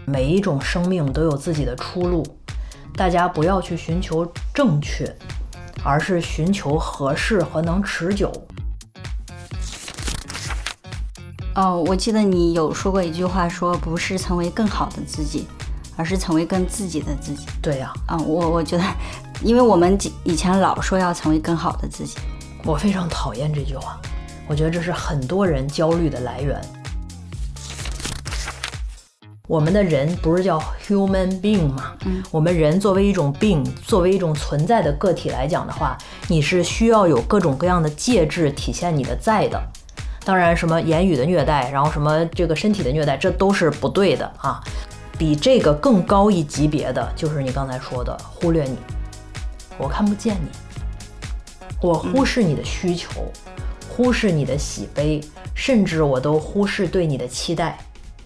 每一种生命都有自己的出路，大家不要去寻求正确，而是寻求合适和能持久。 我记得你有说过一句话，说不是成为更好的自己，而是成为更自己的自己。 对呀， 我觉得，因为我们以前老说要成为更好的自己， 我非常讨厌这句话，我觉得这是很多人焦虑的来源。我们的人不是叫 human being 吗？我们人作为一种病，作为一种存在的个体来讲的话，你是需要有各种各样的介质体现你的在的。当然什么言语的虐待，然后什么这个身体的虐待，这都是不对的啊。比这个更高一级别的就是你刚才说的忽略你，我看不见你，我忽视你的需求，忽视你的喜悲，甚至我都忽视对你的期待。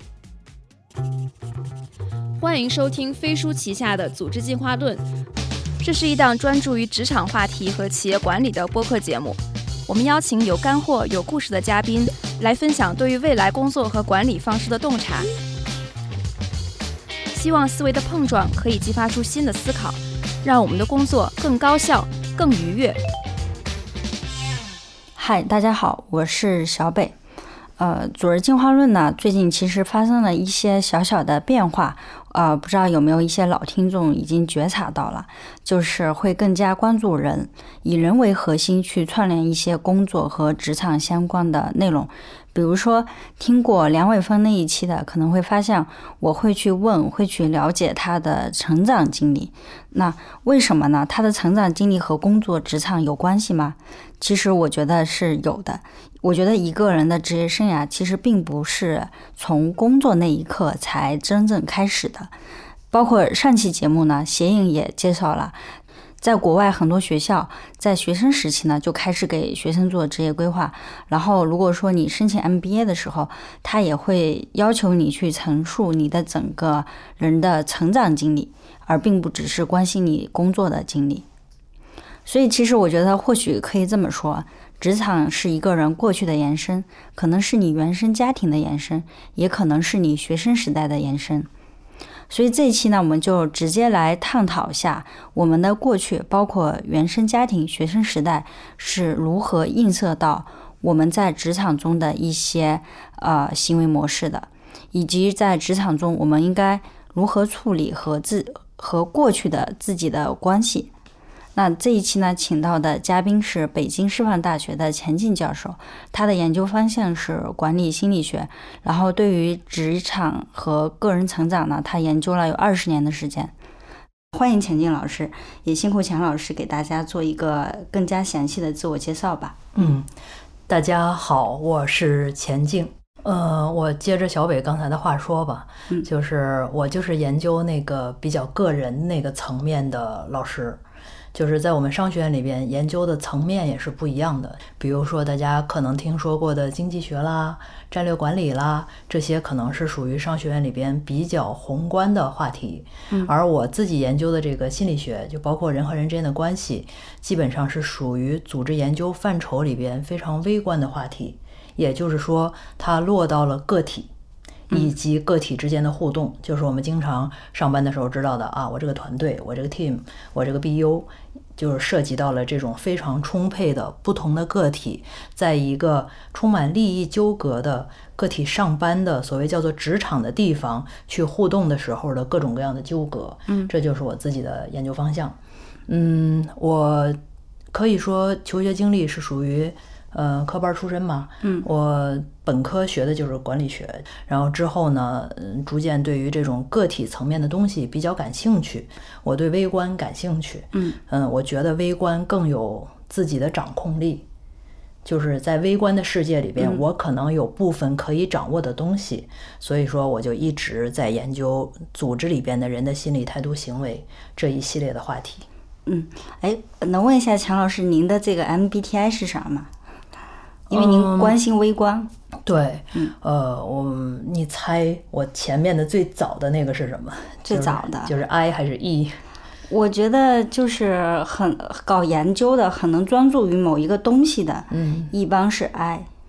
欢迎收听飞书旗下的组织进化论，这是一档专注于职场话题和企业管理的播客节目。我们邀请有干货、有故事的嘉宾来分享对于未来工作和管理方式的洞察，希望思维的碰撞可以激发出新的思考，让我们的工作更高效、更愉悦。 嗨，大家好，我是小北。组织进化论呢，最近其实发生了一些小小的变化，不知道有没有一些老听众已经觉察到了，就是会更加关注人，以人为核心去串联一些工作和职场相关的内容。比如说听过梁伟峰那一期的，可能会发现我会去问，会去了解他的成长经历。那为什么呢？他的成长经历和工作职场有关系吗？其实我觉得是有的。我觉得一个人的职业生涯其实并不是从工作那一刻才真正开始的。包括上期节目呢，协影也介绍了，在国外很多学校在学生时期呢就开始给学生做职业规划，然后如果说你申请 MBA 的时候，他也会要求你去陈述你的整个人的成长经历，而并不只是关心你工作的经历。所以其实我觉得或许可以这么说，职场是一个人过去的延伸，可能是你原生家庭的延伸，也可能是你学生时代的延伸。所以这一期呢，我们就直接来探讨一下我们的过去，包括原生家庭、学生时代是如何映射到我们在职场中的一些行为模式的，以及在职场中我们应该如何处理和过去的自己的关系。那这一期呢，请到的嘉宾是北京师范大学的钱静教授，他的研究方向是管理心理学，然后对于职场和个人成长呢，他研究了有20年的时间。欢迎钱静老师，也辛苦钱老师给大家做一个更加详细的自我介绍吧。 大家好，我是钱静。我接着小北刚才的话说吧，就是我就是研究那个比较个人那个层面的老师。就是在我们商学院里边研究的层面也是不一样的，比如说大家可能听说过的经济学啦、战略管理啦，这些可能是属于商学院里边比较宏观的话题。而我自己研究的这个心理学，就包括人和人之间的关系，基本上是属于组织研究范畴里边非常微观的话题，也就是说它落到了个体以及个体之间的互动，就是我们经常上班的时候知道的啊，我这个团队，我这个 team， 我这个 BU， 就是涉及到了这种非常充沛的不同的个体，在一个充满利益纠葛的个体上班的所谓叫做职场的地方去互动的时候的各种各样的纠葛。这就是我自己的研究方向。我可以说求学经历是属于科班出身嘛，我本科学的就是管理学，然后之后呢，逐渐对于这种个体层面的东西比较感兴趣，我对微观感兴趣，我觉得微观更有自己的掌控力，就是在微观的世界里边，我可能有部分可以掌握的东西，所以说我就一直在研究组织里边的人的心理态度行为这一系列的话题。 能问一下强老师，您的这个 MBTI 是啥吗？因为您关心微观。 对，你猜我前面的最早的那个是什么？ 最早的就是 I 还是 E？ 我觉得就是很搞研究的，很能专注于某一个东西的，一般是 I。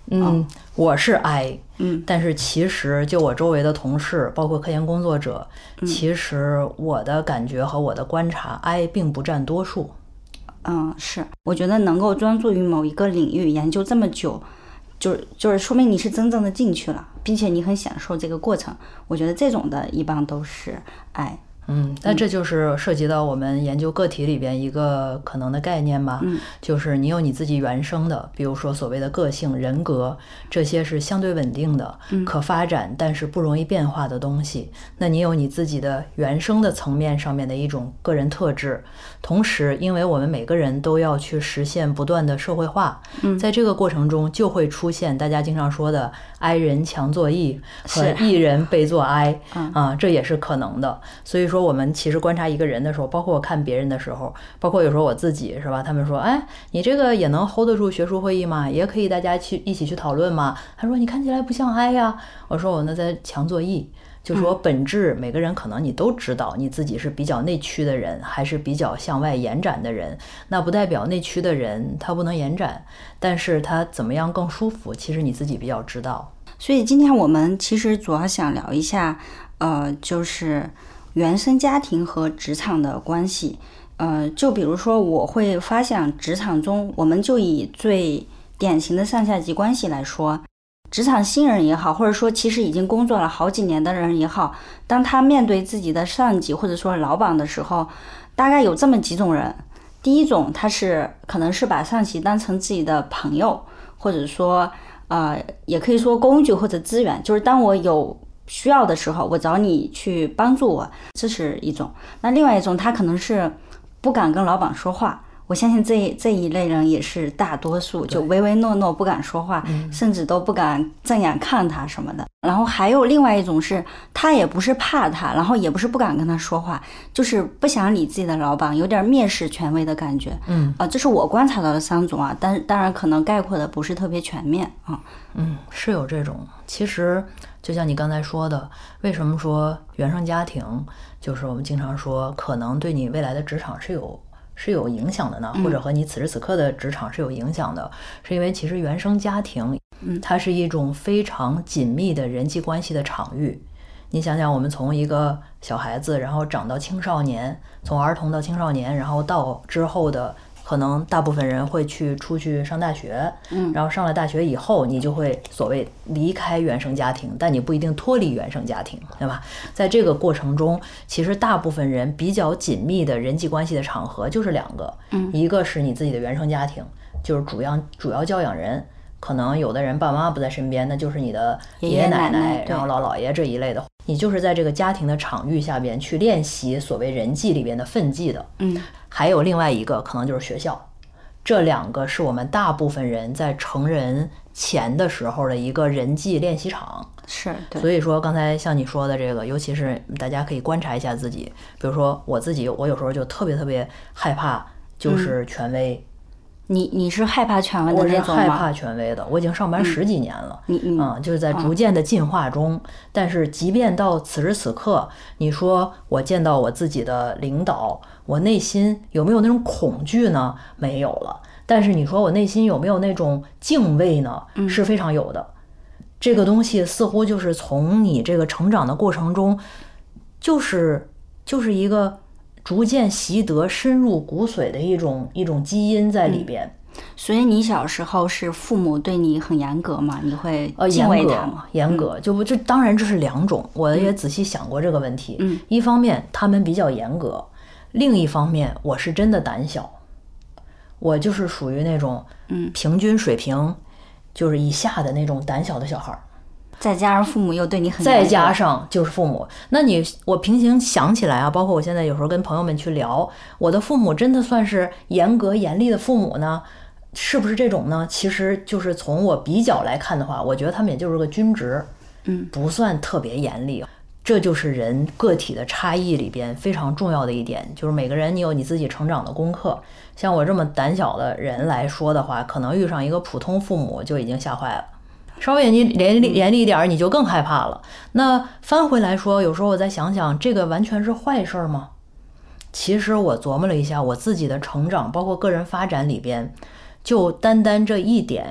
我是 I，但是其实就我周围的同事，包括科研工作者，其实我的感觉和我的观察，I 并不占多数。 是，我觉得能够专注于某一个领域研究这么久，就是说明你是真正的进去了，并且你很享受这个过程。我觉得这种的一般都是I。 那这就是涉及到我们研究个体里边一个可能的概念吧，就是你有你自己原生的，比如说所谓的个性、人格，这些是相对稳定的、可发展但是不容易变化的东西。那你有你自己的原生的层面上面的一种个人特质，同时因为我们每个人都要去实现不断的社会化，在这个过程中就会出现大家经常说的 I 人强作 E 和 E 人被作 I，这也是可能的。所以说我们其实观察一个人的时候，包括我看别人的时候，包括有时候我自己是吧，他们说你这个也能 hold 得住学术会议吗？也可以大家一起去讨论吗？他说你看起来不像 I 呀。我说我那在强作 E， 就说本质每个人可能你都知道你自己是比较内驱的人还是比较向外延展的人，那不代表内驱的人他不能延展，但是他怎么样更舒服，其实你自己比较知道。 所以今天我们其实主要想聊一下就是原生家庭和职场的关系。就比如说我会发现职场中，我们就以最典型的上下级关系来说，职场新人也好，或者说其实已经工作了好几年的人也好，当他面对自己的上级或者说老板的时候，大概有这么几种人。第一种，他可能是把上级当成自己的朋友，或者说也可以说工具或者资源，就是当我有需要的时候，我找你去帮助我，这是一种。那另外一种，他可能是不敢跟老板说话，我相信这一类人也是大多数，就唯唯诺诺不敢说话，甚至都不敢正眼看他什么的。然后还有另外一种是，他也不是怕他，然后也不是不敢跟他说话，就是不想理自己的老板，有点蔑视权威的感觉。这是我观察到的3种啊，但当然可能概括的不是特别全面啊。 是有这种。其实就像你刚才说的，为什么说原生家庭，就是我们经常说可能对你未来的职场是有影响的呢，或者和你此时此刻的职场是有影响的，是因为其实原生家庭它是一种非常紧密的人际关系的场域。你想想，我们从一个小孩子，然后长到青少年，从儿童到青少年，然后到之后的可能大部分人会出去上大学，然后上了大学以后，你就会所谓离开原生家庭，但你不一定脱离原生家庭，对吧？在这个过程中，其实大部分人比较紧密的人际关系的场合就是2个，一个是你自己的原生家庭，就是主要教养人，可能有的人爸妈不在身边，那就是你的爷爷奶奶，然后姥姥爷这一类的，你就是在这个家庭的场域下边去练习所谓人际里边的分际的。还有另外一个可能就是学校，这2个是我们大部分人在成人前的时候的一个人际练习场。 是，对。 所以说刚才像你说的这个，尤其是大家可以观察一下自己，比如说我自己，我有时候就特别特别害怕就是权威。 你是害怕权威的那种吗？ 我是害怕权威的，我已经上班10几年了，就是在逐渐的进化中。但是即便到此时此刻，你说我见到我自己的领导，我内心有没有那种恐惧呢？没有了。但是你说我内心有没有那种敬畏呢？是非常有的。这个东西似乎就是从你这个成长的过程中，就是一个逐渐习得深入骨髓的一种基因在里边。 所以你小时候是父母对你很严格吗？你会敬畏他吗？ 严格，就当然这是2种，我也仔细想过这个问题。一方面他们比较严格，另一方面我是真的胆小，我就是属于那种平均水平就是以下的那种胆小的小孩。 再加上父母又对你很严格， 再加上就是父母，那我平行想起来啊，包括我现在有时候跟朋友们去聊，我的父母真的算是严格严厉的父母呢？是不是这种呢？其实就是从我比较来看的话，我觉得他们也就是个均值，不算特别严厉。这就是人个体的差异里边非常重要的一点，就是每个人你有你自己成长的功课。像我这么胆小的人来说的话，可能遇上一个普通父母就已经吓坏了。稍微你严厉一点，你就更害怕了。那翻回来说，有时候我再想想，这个完全是坏事吗？其实我琢磨了一下，我自己的成长，包括个人发展里边，就单这一点，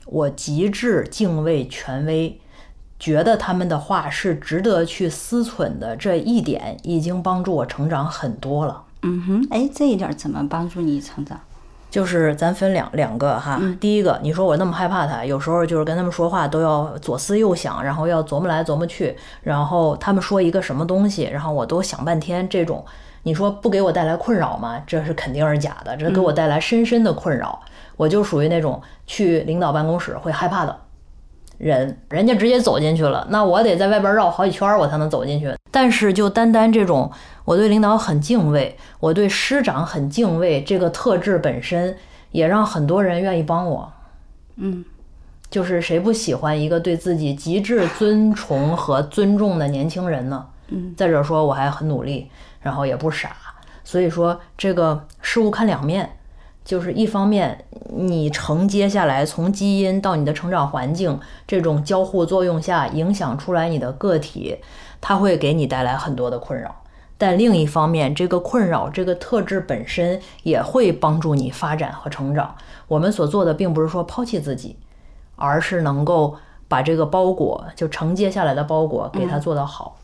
我极致敬畏权威，觉得他们的话是值得去思忖的，这一点已经帮助我成长很多了。 这一点怎么帮助你成长？ 就是咱分两个哈，第一个，你说我那么害怕他，有时候就是跟他们说话都要左思右想，然后要琢磨来琢磨去，然后他们说一个什么东西，然后我都想半天，这种你说不给我带来困扰吗？这是肯定是假的，这给我带来深深的困扰。我就属于那种去领导办公室会害怕的人，人家直接走进去了，那我得在外边绕好几圈我才能走进去。但是就单单这种我对领导很敬畏，我对师长很敬畏，这个特质本身也让很多人愿意帮我。就是谁不喜欢一个对自己极致尊崇和尊重的年轻人呢？再者说我还很努力，然后也不傻，所以说这个事物看两面，就是一方面你承接下来从基因到你的成长环境这种交互作用下影响出来你的个体，它会给你带来很多的困扰，但另一方面这个困扰这个特质本身也会帮助你发展和成长。我们所做的并不是说抛弃自己，而是能够把这个包裹就承接下来的包裹给它做得好。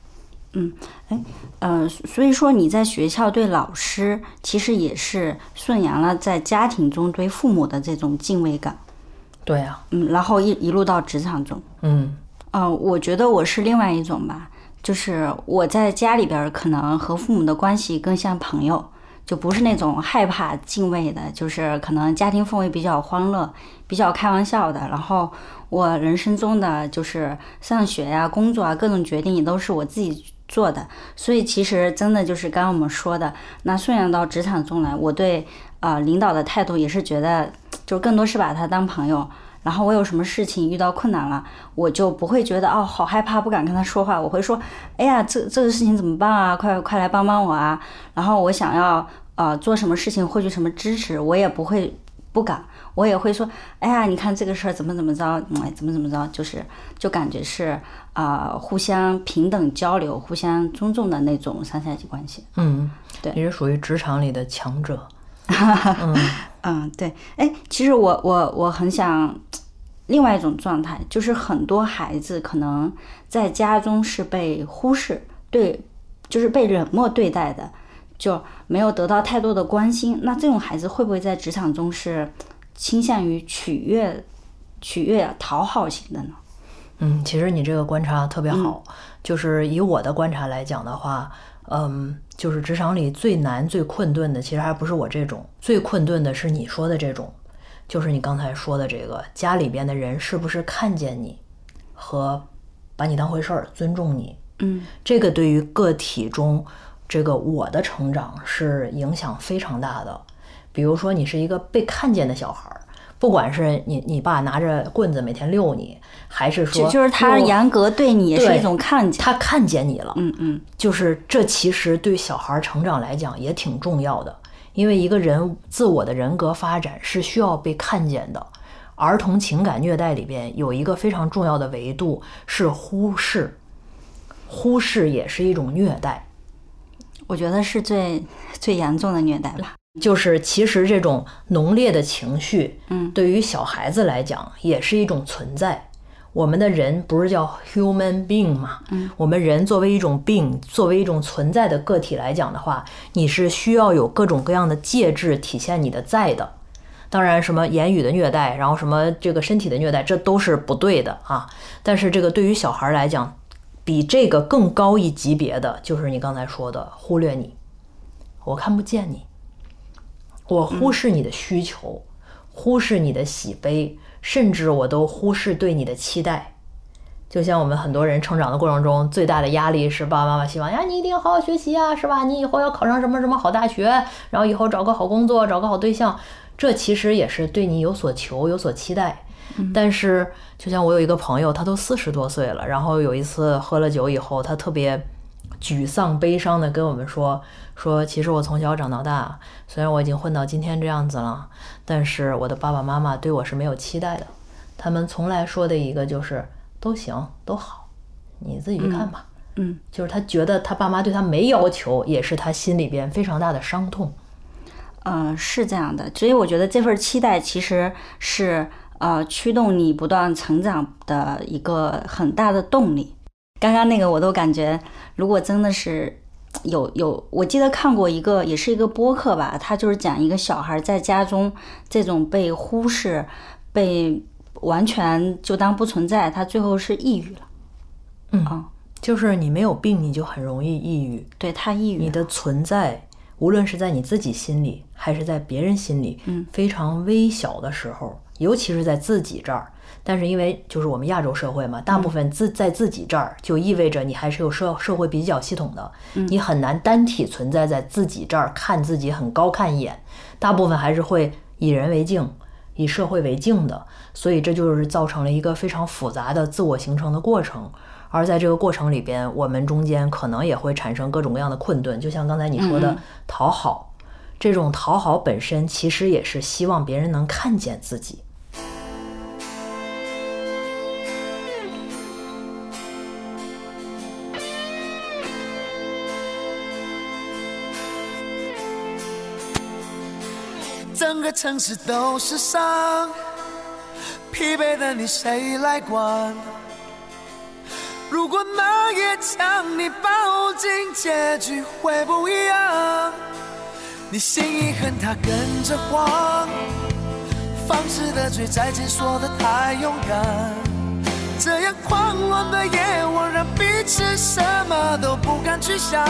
所以说你在学校对老师其实也是顺扬了在家庭中对父母的这种敬畏感。 对啊， 然后一路到职场中。我觉得我是另外一种吧，就是我在家里边可能和父母的关系更像朋友，就不是那种害怕敬畏的，就是可能家庭氛围比较欢乐，比较开玩笑的。然后我人生中的就是上学呀、工作啊，各种决定也都是我自己做的。所以其实真的就是刚刚我们说的，那顺扬到职场中来，我对领导的态度也是觉得就更多是把他当朋友。然后我有什么事情遇到困难了，我就不会觉得好害怕，不敢跟他说话。我会说，哎呀，这个事情怎么办啊？快来帮帮我啊！然后我想要做什么事情获取什么支持，我也不敢，我也会说，哎呀，你看这个事儿怎么着，怎么着，就感觉是互相平等交流、互相尊重的那种上下级关系。对， 你是属于职场里的强者。 对，其实我很想另外一种状态，就是很多孩子可能在家中是被忽视，就是被冷漠对待的，就没有得到太多的关心。那这种孩子会不会在职场中是倾向于取悦讨好型的呢？ 其实你这个观察特别好，就是以我的观察来讲的话，就是职场里最难最困顿的其实还不是我这种，最困顿的是你说的这种，就是你刚才说的这个家里边的人是不是看见你和把你当回事儿，尊重你。这个对于个体中这个我的成长是影响非常大的。比如说你是一个被看见的小孩，不管是你爸拿着棍子每天遛你，还是说就是他严格对你也是一种看见， 他看见你了。就是这其实对小孩成长来讲也挺重要的，因为一个人自我的人格发展是需要被看见的。儿童情感虐待里边有一个非常重要的维度是忽视，忽视也是一种虐待， 我觉得是最严重的虐待吧。 就是其实这种浓烈的情绪，对于小孩子来讲也是一种存在。我们的人不是叫 human being 吗？我们人作为一种病，作为一种存在的个体来讲的话，你是需要有各种各样的介质体现你的在的。当然什么言语的虐待，然后什么这个身体的虐待，这都是不对的啊。但是这个对于小孩来讲，比这个更高一级别的就是你刚才说的忽略你，我看不见你，我忽视你的需求，忽视你的喜悲，甚至我都忽视对你的期待。就像我们很多人成长的过程中，最大的压力是爸爸妈妈希望呀，你一定要好好学习啊，是吧？你以后要考上什么什么好大学，然后以后找个好工作，找个好对象。这其实也是对你有所求，有所期待。但是就像我有一个朋友，他都40多岁了，然后有一次喝了酒以后，他特别沮丧悲伤的跟我们说其实我从小长到大，虽然我已经混到今天这样子了，但是我的爸爸妈妈对我是没有期待的，他们从来说的一个就是都行都好，你自己去看吧。就是他觉得他爸妈对他没要求，也是他心里边非常大的伤痛。 是这样的，所以我觉得这份期待其实是驱动你不断成长的一个很大的动力。刚刚那个我都感觉，如果真的是我记得看过一个，也是一个播客吧，他就是讲一个小孩在家中这种被忽视，被完全就当不存在，他最后是抑郁了。 就是你没有病，你就很容易抑郁。 对，他抑郁了。 你的存在，无论是在你自己心里，还是在别人心里，非常微小的时候，尤其是在自己这儿。但是因为就是我们亚洲社会嘛，大部分在自己这儿，就意味着你还是有社会比较系统的，你很难单体存在在自己这儿，看自己很高看一眼。大部分还是会以人为镜，以社会为镜的，所以这就是造成了一个非常复杂的自我形成的过程。而在这个过程里边，我们中间可能也会产生各种各样的困顿，就像刚才你说的讨好，这种讨好本身其实也是希望别人能看见自己。 整个城市都是伤，疲惫的你谁来管？如果那夜将你抱紧，结局会不一样。你心一横，他跟着慌，放肆的追，再见说的太勇敢。这样狂乱的夜晚，让彼此什么都不敢去想。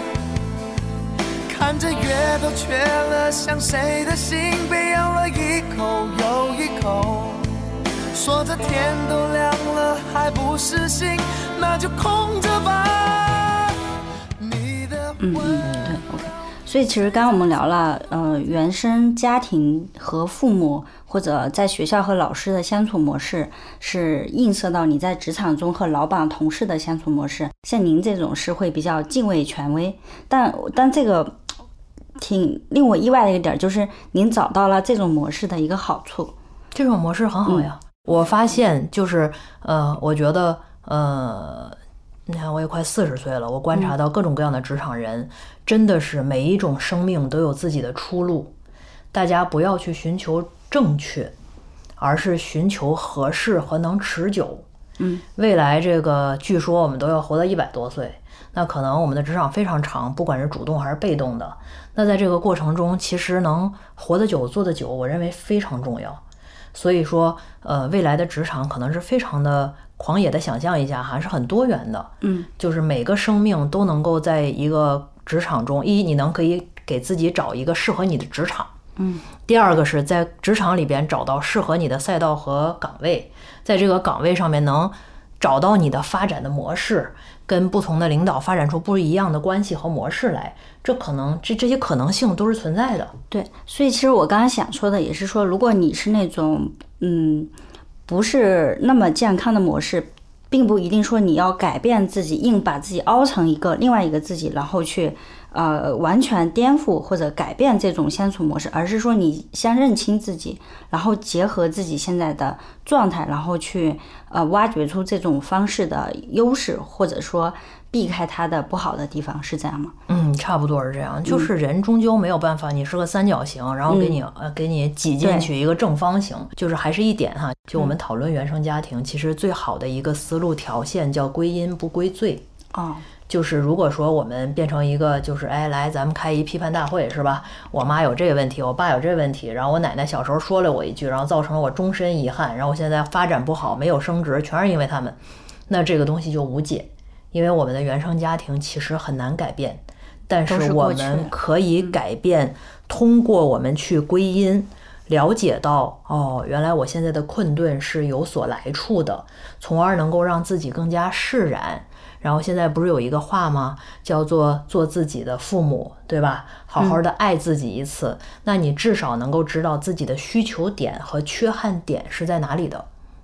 看着月都缺了，像谁的心被咬了一口又一口。说着天都亮了还不是醒，那就空着吧。你的对 OK。 所以其实刚刚我们聊了原生家庭和父母或者在学校和老师的相处模式是映射到你在职场中和老板同事的相处模式，像您这种是会比较敬畏权威，但这个挺令我意外的一个点就是您找到了这种模式的一个好处。 这种模式很好呀。我发现就是我觉得你看我也快40岁了，我观察到各种各样的职场人，真的是每一种生命都有自己的出路。大家不要去寻求正确，而是寻求合适和能持久。未来这个据说我们都要活到100多岁，那可能我们的职场非常长，不管是主动还是被动的。那在这个过程中，其实能活得久做得久，我认为非常重要。所以说未来的职场可能是非常的狂野的，想象一下还是很多元的。就是每个生命都能够在一个职场中，你可以给自己找一个适合你的职场。第二个是在职场里边找到适合你的赛道和岗位，在这个岗位上面能找到你的发展的模式，跟不同的领导发展出不一样的关系和模式来，这些可能性都是存在的。 对，所以其实我刚刚想说的也是说，如果你是那种不是那么健康的模式，并不一定说你要改变自己，硬把自己凹成另外一个自己，然后去完全颠覆或者改变这种相处模式，而是说你先认清自己，然后结合自己现在的状态，然后去挖掘出这种方式的优势，或者说避开它的不好的地方，是这样吗？ 差不多是这样。就是人终究没有办法，你是个三角形，然后给你挤进去一个正方形。就是还是一点哈，就我们讨论原生家庭，其实最好的一个思路条线叫归因不归罪。就是如果说我们变成一个就是来咱们开一批判大会是吧，我妈有这个问题，我爸有这个问题，然后我奶奶小时候说了我一句，然后造成了我终身遗憾，然后我现在发展不好，没有升职，全是因为他们，那这个东西就无解。因为我们的原生家庭其实很难改变，但是我们可以改变，通过我们去归因，了解到原来我现在的困顿是有所来处的，从而能够让自己更加释然。然后现在不是有一个话吗，叫做做自己的父母，对吧？好好的爱自己一次，那你至少能够知道自己的需求点和缺憾点是在哪里的。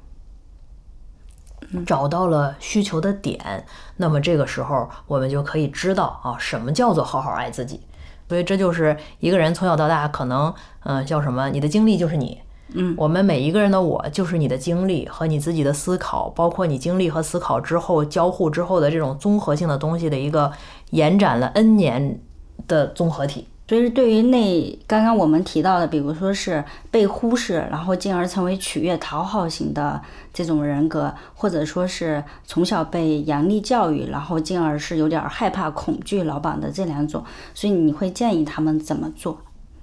找到了需求的点，那么这个时候我们就可以知道什么叫做好好爱自己。所以这就是一个人从小到大可能叫什么，你的经历就是你。我们每一个人的我就是你的经历和你自己的思考，包括你经历和思考之后交互之后的这种综合性的东西的一个延展了 N 年的综合体。 所以对于刚刚我们提到的，比如说是被忽视，然后进而成为取悦讨好型的这种人格，或者说是从小被严厉教育，然后进而是有点害怕恐惧老板的这2种，所以你会建议他们怎么做？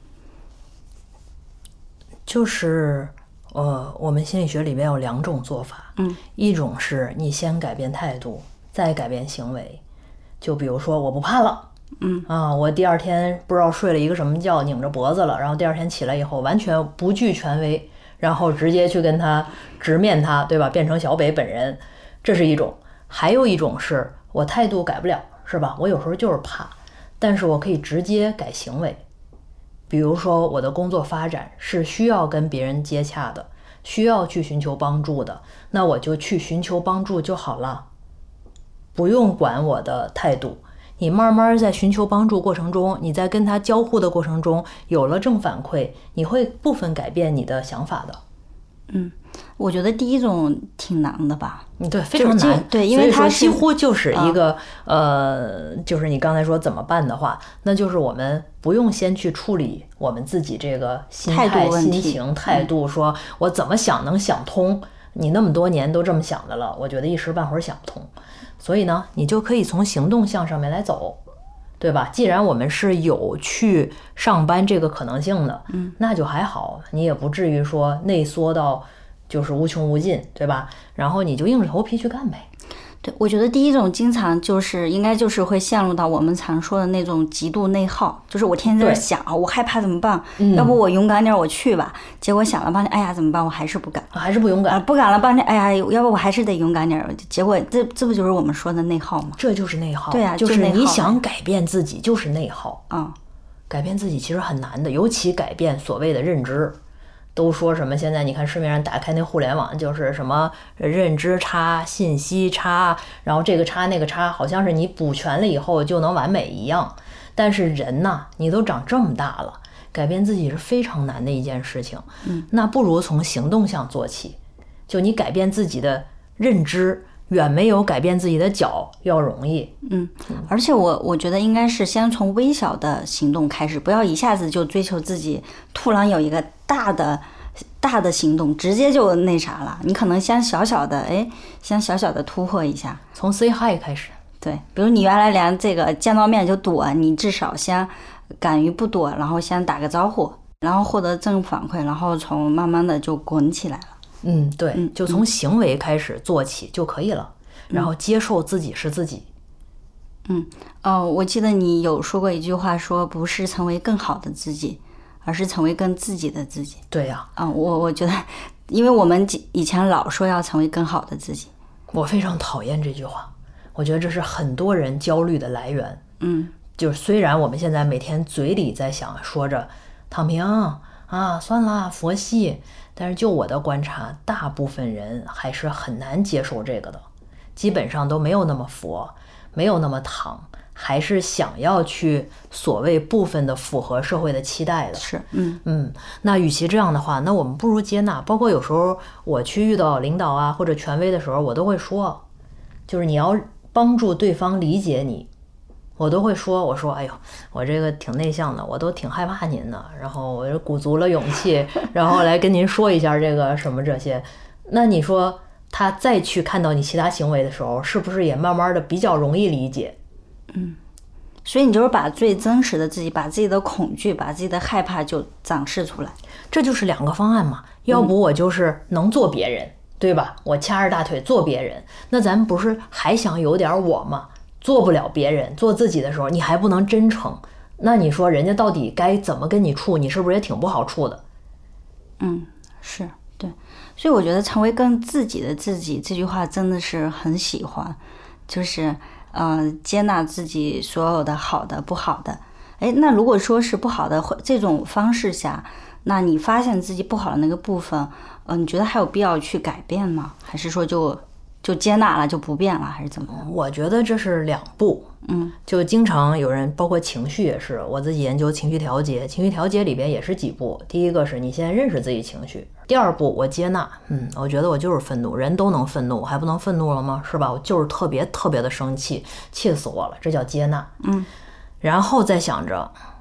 就是我们心理学里面有2种做法，一种是你先改变态度，再改变行为。就比如说我不怕了，我第2天不知道睡了一个什么觉，拧着脖子了，然后第2天起来以后完全不惧权威，然后直接去跟他直面他，对吧？变成小北本人，这是一种。还有一种是我态度改不了，是吧？我有时候就是怕，但是我可以直接改行为。比如说我的工作发展是需要跟别人接洽的，需要去寻求帮助的，那我就去寻求帮助就好了，不用管我的态度。你慢慢在寻求帮助过程中，你在跟他交互的过程中有了正反馈，你会部分改变你的想法的。 我觉得第一种挺难的吧？ 对，非常难。 对，因为它几乎就是一个就是你刚才说怎么办的话，那就是我们不用先去处理我们自己这个心态、心情、态度，说我怎么想能想通。你那么多年都这么想的了，我觉得一时半会儿想不通。所以呢，你就可以从行动向上面来走，对吧？既然我们是有去上班这个可能性的，那就还好，你也不至于说内缩到就是无穷无尽，对吧？然后你就硬着头皮去干呗。 对，我觉得第一种经常应该会陷入到我们常说的那种极度内耗，就是我天天在想我害怕怎么办？要不我勇敢点我去吧。结果想了半天，哎呀怎么办？我还是不敢， 还是不勇敢， 不敢了半天，哎呀，要不我还是得勇敢点。结果这不就是我们说的内耗吗？ 这就是内耗。 对啊， 就是你想改变自己就是内耗。改变自己其实很难的，尤其改变所谓的认知。都说什么现在你看市面上打开那互联网就是什么认知差、信息差，然后这个差那个差，好像是你补全了以后就能完美一样。但是人呐，你都长这么大了，改变自己是非常难的一件事情。那不如从行动上做起，就你改变自己的认知远没有改变自己的脚要容易。 而且我觉得应该是先从微小的行动开始，不要一下子就追求自己突然有一个大的行动，直接就那啥了。你可能先小小的突破一下， 从 say hi 开始。 对，比如你原来连这个见到面就躲，你至少先敢于不躲，然后先打个招呼，然后获得正反馈，然后从慢慢的就滚起来了。 对，就从行为开始做起就可以了，然后接受自己是自己。 我记得你有说过一句话，说不是成为更好的自己，而是成为更自己的自己。 对呀。 我觉得，因为我们以前老说要成为更好的自己， 我非常讨厌这句话，我觉得这是很多人焦虑的来源。就是虽然我们现在每天嘴里在想说着躺平啊，算了，佛系，但是就我的观察，大部分人还是很难接受这个的，基本上都没有那么佛，没有那么躺，还是想要去所谓部分的符合社会的期待的。 是， 那与其这样的话，那我们不如接纳。包括有时候我去遇到领导啊或者权威的时候，我都会说，就是你要帮助对方理解你。我都会说，我说哎呦，我这个挺内向的，我都挺害怕您的，然后我就鼓足了勇气，然后来跟您说一下这个什么这些。那你说他再去看到你其他行为的时候，是不是也慢慢的比较容易理解？ 所以你就是把最真实的自己，把自己的恐惧，把自己的害怕就展示出来。 这就是2个方案嘛，要不我就是能做别人，对吧？我掐着大腿做别人，那咱们不是还想有点我吗？做不了别人，做自己的时候你还不能真诚，那你说人家到底该怎么跟你处，你是不是也挺不好处的？ 是，对。所以我觉得成为更自己的自己这句话真的是很喜欢，就是接纳自己所有的好的不好的。那如果说是不好的这种方式下，那你发现自己不好的那个部分，你觉得还有必要去改变吗？还是说就接纳了就不变了，还是怎么样？ 我觉得这是2步。就经常有人，包括情绪也是，我自己研究情绪调节，情绪调节里边也是几步。第一个是你先认识自己情绪，第2步我接纳，我觉得我就是愤怒，人都能愤怒，我还不能愤怒了吗？是吧？我就是特别特别的生气，气死我了，这叫接纳。然后再想着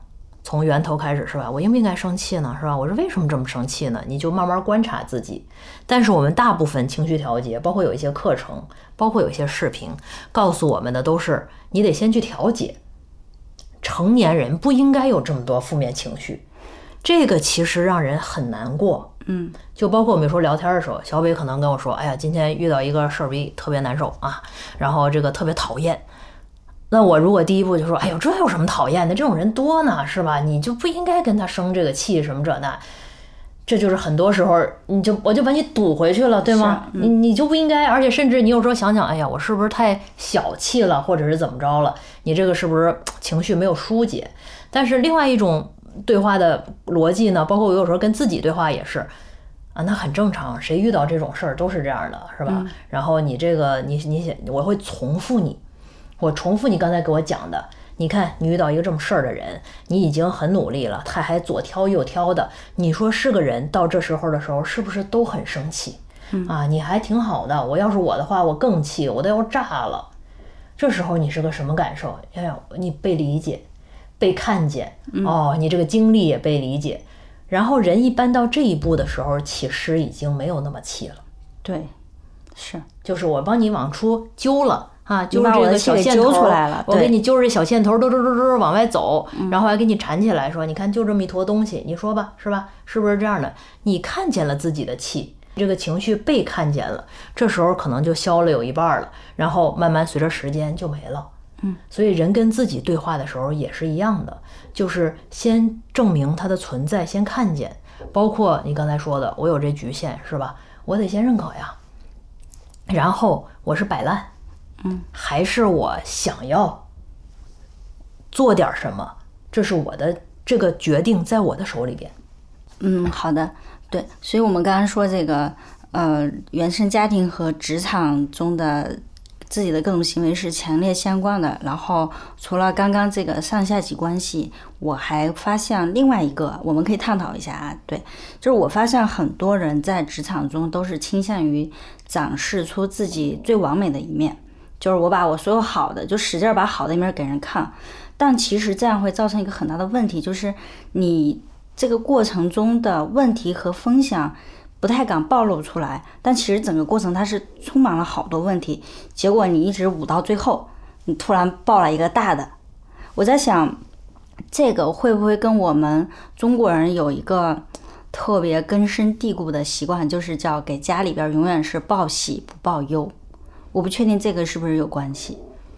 从源头开始是吧？我应不应该生气呢？是吧？我是为什么这么生气呢？你就慢慢观察自己。但是我们大部分情绪调节，包括有一些课程，包括有一些视频，告诉我们的都是你得先去调节。成年人不应该有这么多负面情绪，这个其实让人很难过。就包括我们有时候聊天的时候，小北可能跟我说，哎呀，今天遇到一个事儿特别难受啊，然后这个特别讨厌。那我如果第一步就说，哎呦，这有什么讨厌的？这种人多呢，是吧？你就不应该跟他生这个气，什么这那。这就是很多时候我就把你堵回去了，对吗？你就不应该，而且甚至你有时候想想，哎呀，我是不是太小气了，或者是怎么着了？你这个是不是情绪没有疏解？但是另外一种对话的逻辑呢，包括我有时候跟自己对话也是啊，那很正常，谁遇到这种事儿都是这样的，是吧？然后你这个我会重复你刚才给我讲的。你看，你遇到一个这么事儿的人，你已经很努力了，他还左挑右挑的。你说是个人到这时候的时候，是不是都很生气？啊，你还挺好的。我要是我的话，我更气，我都要炸了。这时候你是个什么感受？哎呀，你被理解，被看见，哦，你这个经历也被理解。然后人一般到这一步的时候，其实已经没有那么气了。 对，是， 就是我帮你往出揪了。啊，就是这个小线头出来了， 我给你揪着这小线头，嘟往外走，然后还给你缠起来，说，你看就这么一坨东西，你说吧，是吧？是不是这样的？你看见了自己的气，这个情绪被看见了，这时候可能就消了有一半了，然后慢慢随着时间就没了。所以人跟自己对话的时候也是一样的，就是先证明它的存在，先看见，包括你刚才说的，我有这局限，是吧？我得先认可呀，然后我是摆烂。还是我想要做点什么，这是我的这个决定在我的手里边。 好的，对，所以我们刚刚说这个原生家庭和职场中的自己的各种行为是强烈相关的。然后除了刚刚这个上下级关系，我还发现另外一个我们可以探讨一下啊，对，就是我发现很多人在职场中都是倾向于展示出自己最完美的一面。就是我把我所有好的，就使劲把好的一面给人看，但其实这样会造成一个很大的问题，就是你这个过程中的问题和分享不太敢暴露出来，但其实整个过程它是充满了好多问题，结果你一直捂到最后，你突然爆了一个大的。我在想，这个会不会跟我们中国人有一个特别根深蒂固的习惯，就是叫给家里边永远是报喜不报忧。我不确定这个是不是有关系。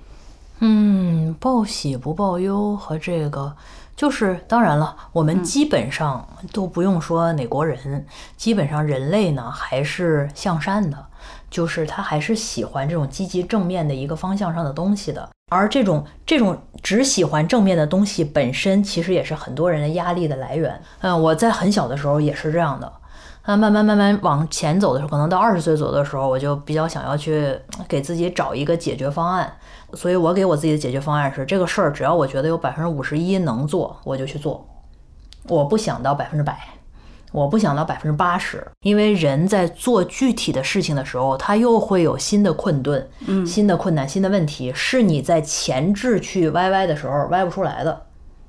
报喜不报忧和这个就是当然了，我们基本上都不用说哪国人，基本上人类呢还是向善的，就是他还是喜欢这种积极正面的一个方向上的东西的。而这种只喜欢正面的东西本身，其实也是很多人的压力的来源。我在很小的时候也是这样的。慢慢往前走的时候，可能到20岁左右的时候，我就比较想要去给自己找一个解决方案。所以我给我自己的解决方案是，这个事儿只要我觉得有51%能做，我就去做。我不想到100%，我不想到80%，因为人在做具体的事情的时候，他又会有新的困顿、新的困难、新的问题，是你在前置去歪的时候歪不出来的。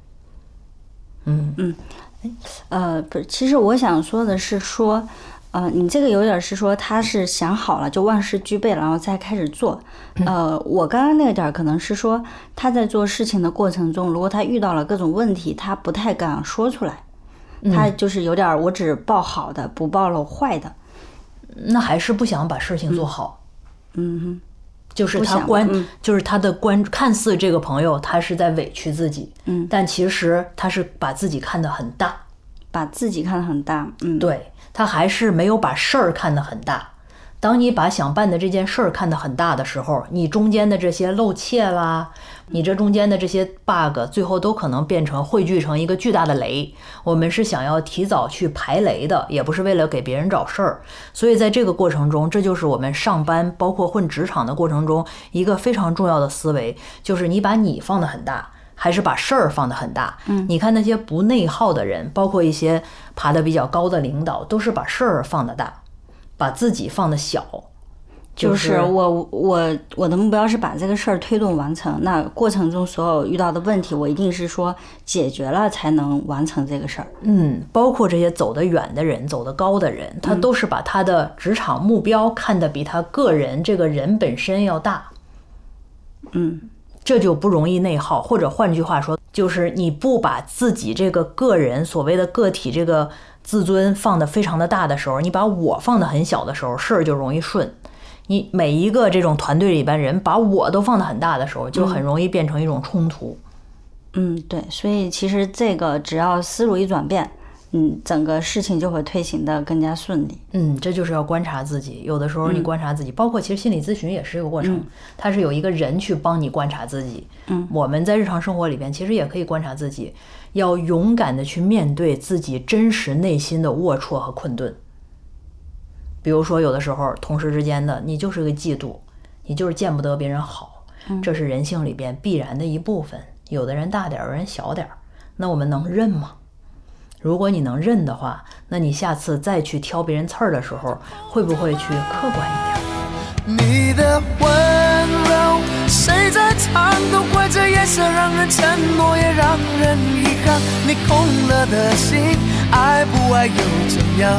不是，其实我想说的是说，你这个有点是说他是想好了就万事俱备了，然后再开始做。我刚刚那个点可能是说他在做事情的过程中，如果他遇到了各种问题，他不太敢说出来，他就是有点我只报好的，不报了坏的。 那还是不想把事情做好。就是他就是他的看似这个朋友他是在委屈自己，但其实他是把自己看得很大，对，他还是没有把事儿看得很大。当你把想办的这件事儿看得很大的时候，你中间的这些漏怯啦，你这中间的这些 bug 最后都可能汇聚成一个巨大的雷。我们是想要提早去排雷的，也不是为了给别人找事儿。所以在这个过程中，这就是我们上班包括混职场的过程中一个非常重要的思维，就是你把你放得很大，还是把事儿放得很大。你看那些不内耗的人，包括一些爬得比较高的领导，都是把事儿放得大，把自己放得小。 就是我的目标是把这个事儿推动完成，那过程中所有遇到的问题，我一定是说解决了才能完成这个事儿。 包括这些走得远的人、走得高的人，他都是把他的职场目标看得比他个人这个人本身要大。这就不容易内耗，或者换句话说，就是你不把自己这个个人所谓的个体这个自尊放得非常的大的时候，你把我放得很小的时候，事儿就容易顺。你每一个这种团队里边人把我都放得很大的时候，就很容易变成一种冲突。 对，所以其实这个只要思路一转变，整个事情就会推行得更加顺利。 这就是要观察自己。有的时候你观察自己，包括其实心理咨询也是一个过程，它是有一个人去帮你观察自己。我们在日常生活里边其实也可以观察自己，要勇敢的去面对自己真实内心的龌龊和困顿。比如说有的时候同事之间的你就是个嫉妒，你就是见不得别人好，这是人性里边必然的一部分。有的人大点，有人小点，那我们能认吗？如果你能认的话，那你下次再去挑别人刺儿的时候，会不会去客观一点？ 你的温柔，谁在唱都怪这夜色让人沉默，也让人遗憾。你空了的心，爱不爱又怎样？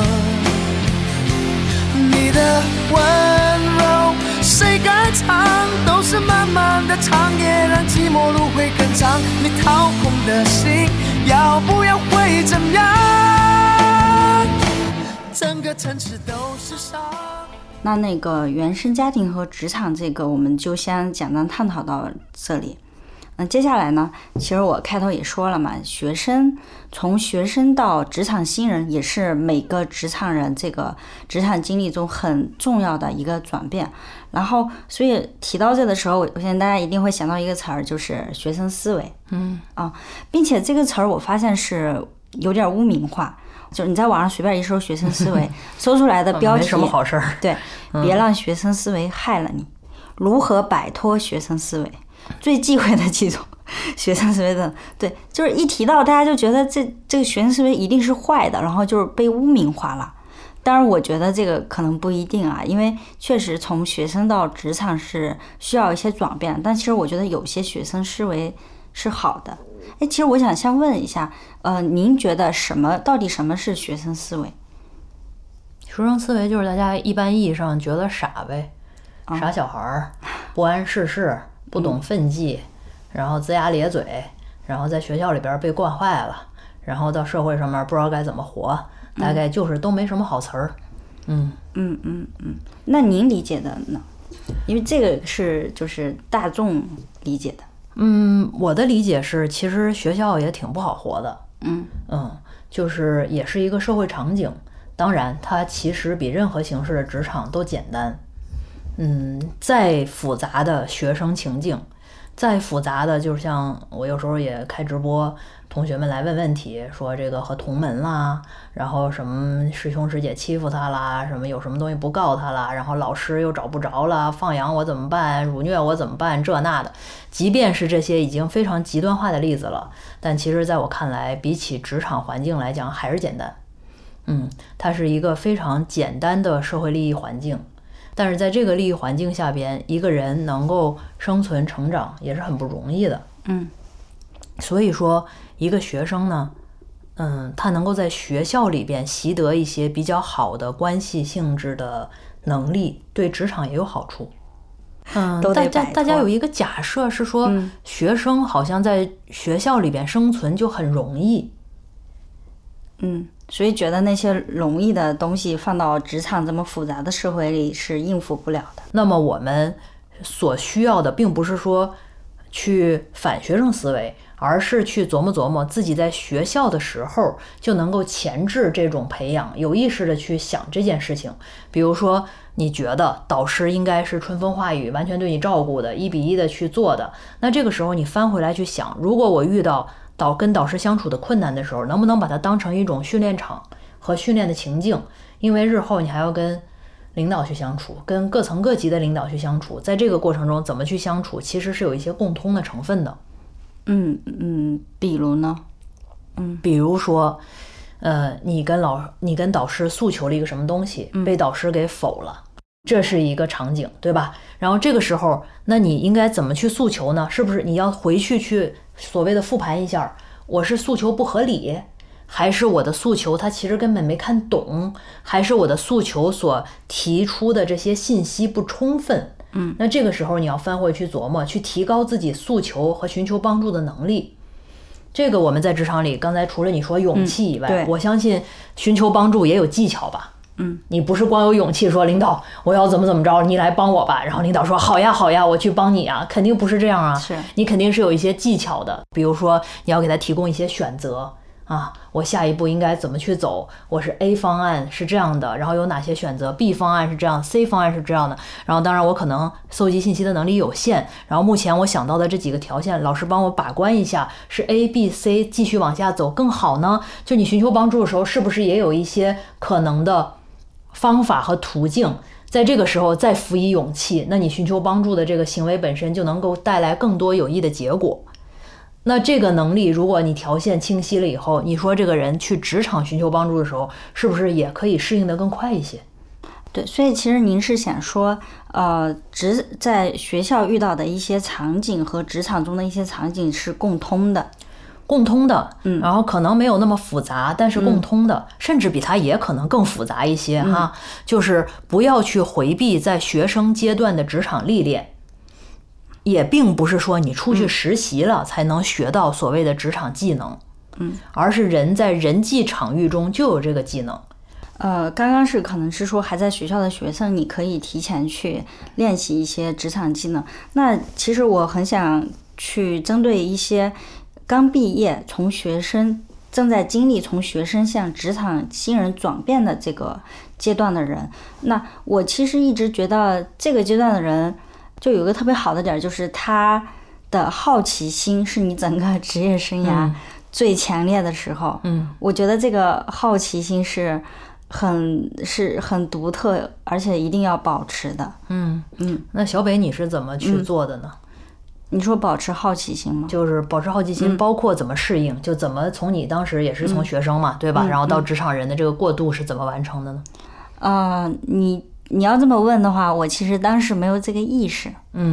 你的温柔，谁该唱都是慢慢的长，也让寂寞路会更长。你掏空的心，要不要会怎样？整个城市都是伤。 那个原生家庭和职场这个，我们就先简单探讨到这里。接下来呢，其实我开头也说了嘛，从学生到职场新人，也是每个职场人这个职场经历中很重要的一个转变。然后，所以提到这的时候，我相信大家一定会想到一个词儿，就是学生思维。并且这个词儿我发现是有点污名化。就是你在网上随便一搜学生思维，搜出来的标题没什么好事儿。 对，别让学生思维害了你，如何摆脱学生思维，最忌讳的几种学生思维的。对，就是一提到大家就觉得这个学生思维一定是坏的，然后就是被污名化了。当然我觉得这个可能不一定啊，因为确实从学生到职场是需要一些转变，但其实我觉得有些学生思维是好的。其实我想先问一下，您觉得到底什么是学生思维？ 学生思维就是大家一般意义上觉得傻呗，傻小孩，不谙世事，不懂分际，然后龇牙咧嘴，然后在学校里边被惯坏了，然后到社会上面不知道该怎么活，大概就是都没什么好词儿。 那您理解的呢？因为这个是就是大众理解的。 我的理解是，其实学校也挺不好活的。就是也是一个社会场景。当然，它其实比任何形式的职场都简单。再复杂的学生情境，再复杂的，就像我有时候也开直播，同学们来问问题，说这个和同门啦，然后什么师兄师姐欺负他啦，什么有什么东西不告他啦，然后老师又找不着了，放养我怎么办，辱虐我怎么办，这那的。即便是这些已经非常极端化的例子了，但其实在我看来，比起职场环境来讲还是简单。它是一个非常简单的社会利益环境，但是在这个利益环境下边，一个人能够生存成长也是很不容易的。所以说一个学生呢，他能够在学校里边习得一些比较好的关系性质的能力，对职场也有好处。大家有一个假设是说，学生好像在学校里边生存就很容易。 所以觉得那些容易的东西放到职场这么复杂的社会里是应付不了的。 那么我们所需要的并不是说去反学生思维，而是去琢磨琢磨自己在学校的时候就能够前置这种培养，有意识的去想这件事情。比如说你觉得导师应该是春风化雨，完全对你照顾的，1比1的去做的，那这个时候你翻回来去想，如果我遇到跟导师相处的困难的时候，能不能把它当成一种训练场和训练的情境？因为日后你还要跟领导去相处，跟各层各级的领导去相处，在这个过程中怎么去相处，其实是有一些共通的成分的。 比如呢？ 比如说，你跟导师诉求了一个什么东西，被导师给否了。 这是一个场景，对吧？然后这个时候，那你应该怎么去诉求呢？是不是你要回去所谓的复盘一下，我是诉求不合理，还是我的诉求他其实根本没看懂，还是我的诉求所提出的这些信息不充分？那这个时候你要翻回去琢磨，去提高自己诉求和寻求帮助的能力。这个我们在职场里，刚才除了你说勇气以外，我相信寻求帮助也有技巧吧。你不是光有勇气说领导我要怎么着，你来帮我吧，然后领导说好呀我去帮你啊，肯定不是这样啊。 是你肯定是有一些技巧的，比如说你要给他提供一些选择啊，我下一步应该怎么去走，我是 A 方案是这样的，然后有哪些选择， B 方案是这样， C 方案是这样的，然后当然我可能搜集信息的能力有限，然后目前我想到的这几个条件，老师帮我把关一下，是 A B C 继续往下走更好呢？就你寻求帮助的时候，是不是也有一些可能的方法和途径，在这个时候再辅以勇气，那你寻求帮助的这个行为本身就能够带来更多有益的结果。那这个能力如果你条线清晰了以后，你说这个人去职场寻求帮助的时候，是不是也可以适应得更快一些？ 对，所以其实您是想说在学校遇到的一些场景和职场中的一些场景是共通的，然后可能没有那么复杂，但是共通的，甚至比它也可能更复杂一些哈。就是不要去回避在学生阶段的职场历练，也并不是说你出去实习了才能学到所谓的职场技能，而是人在人际场域中就有这个技能。 刚刚是可能是说还在学校的学生，你可以提前去练习一些职场技能。那其实我很想去针对一些刚毕业从学生正在经历从学生向职场新人转变的这个阶段的人，那我其实一直觉得这个阶段的人就有一个特别好的点，就是他的好奇心是你整个职业生涯最强烈的时候。我觉得这个好奇心是很独特，而且一定要保持的。 那小北你是怎么去做的呢？ 你说保持好奇心吗？ 就是保持好奇心，包括怎么适应，就怎么从你当时也是从学生嘛，对吧？然后到职场人的这个过渡是怎么完成的呢？ 你要这么问的话，我其实当时没有这个意识。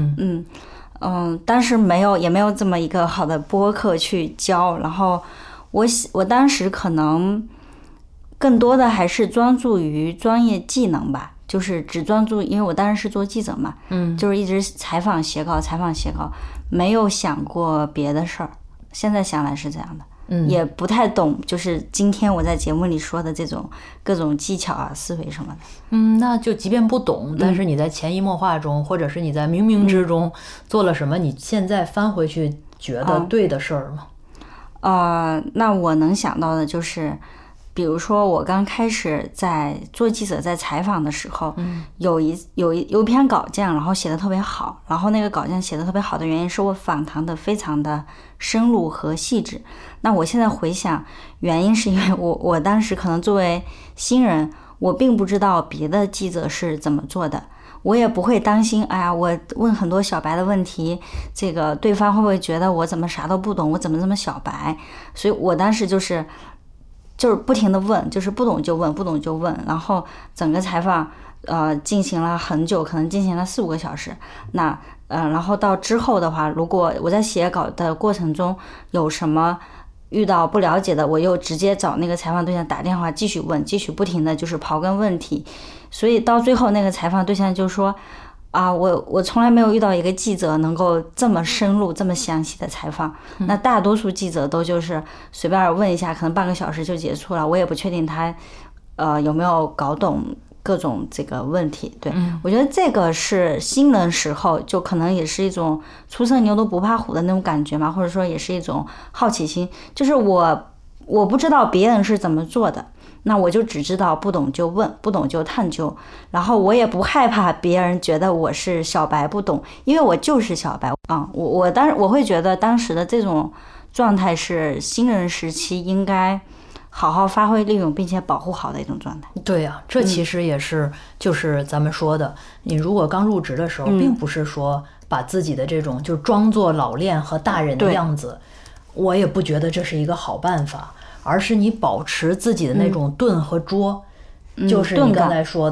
当时也没有这么一个好的播客去教，然后我当时可能更多的还是专注于专业技能吧，就是只专注，因为我当时是做记者嘛，就是一直采访写稿，没有想过别的事儿。现在想来是这样的，也不太懂，就是今天我在节目里说的这种各种技巧啊、思维什么的。 那就即便不懂，但是你在潜移默化中，或者是你在冥冥之中做了什么，你现在翻回去觉得对的事儿吗？ 那我能想到的就是，比如说我刚开始在做记者在采访的时候，有一篇稿件，然后写的特别好，然后那个稿件写的特别好的原因是我访谈的非常的深入和细致。那我现在回想，原因是因为我当时可能作为新人，我并不知道别的记者是怎么做的，我也不会担心，哎呀，我问很多小白的问题，这个对方会不会觉得我怎么啥都不懂，我怎么这么小白？所以我当时就是不停的问，就是不懂就问，然后整个采访进行了很久，可能进行了4-5个小时。然后到之后的话，如果我在写稿的过程中有什么遇到不了解的，我又直接找那个采访对象打电话继续问，继续不停的就是刨根问底。所以到最后那个采访对象就说我从来没有遇到一个记者能够这么深入这么详细的采访。那大多数记者都就是随便问一下，可能半个小时就结束了，我也不确定他有没有搞懂各种这个问题。对，我觉得这个是新人时候就可能也是一种初生牛犊不怕虎的那种感觉嘛，或者说也是一种好奇心，就是我不知道别人是怎么做的，那我就只知道不懂就问，不懂就探究，然后我也不害怕别人觉得我是小白不懂，因为我就是小白我会觉得当时的这种状态是新人时期应该好好发挥利用并且保护好的一种状态。 对啊，这其实也是就是咱们说的，你如果刚入职的时候，并不是说把自己的这种就装作老练和大人的样子，我也不觉得这是一个好办法，而是你保持自己的那种钝和拙，就是你刚才说的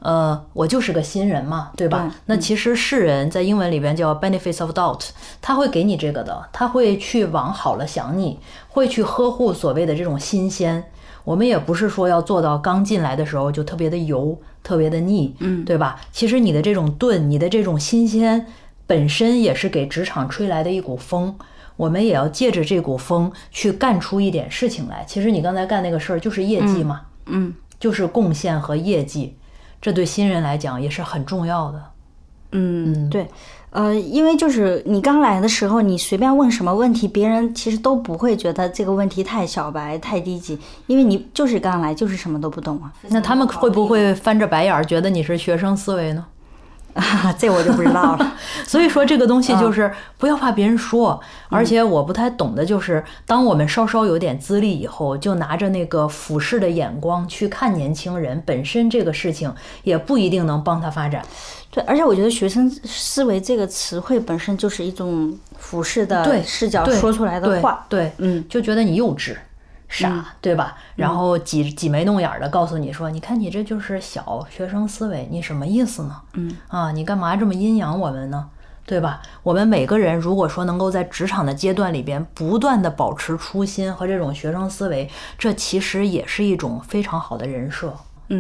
我就是个新人嘛，对吧？那其实世人在英文里边叫 benefits of doubt， 他会给你这个的，他会去往好了想你，会去呵护所谓的这种新鲜。我们也不是说要做到刚进来的时候就特别的油，特别的腻，对吧？其实你的这种钝，你的这种新鲜，本身也是给职场吹来的一股风。我们也要借着这股风去干出一点事情来。其实你刚才干那个事儿就是业绩嘛，就是贡献和业绩，这对新人来讲也是很重要的。 对。因为就是你刚来的时候，你随便问什么问题，别人其实都不会觉得这个问题太小白、太低级，因为你就是刚来，就是什么都不懂啊。 那他们会不会翻着白眼觉得你是学生思维呢？ 这我就不知道了。 所以说这个东西就是不要怕别人说，而且我不太懂的就是当我们稍稍有点资历以后，就拿着那个俯视的眼光去看年轻人，本身这个事情也不一定能帮他发展。 对，而且我觉得学生思维这个词汇本身就是一种俯视的视角说出来的话。 对，就觉得你幼稚傻，对吧？然后挤眉弄眼的告诉你说，你看你这就是小学生思维，你什么意思呢？你干嘛这么阴阳我们呢？对吧？我们每个人如果说能够在职场的阶段里边不断的保持初心和这种学生思维，这其实也是一种非常好的人设。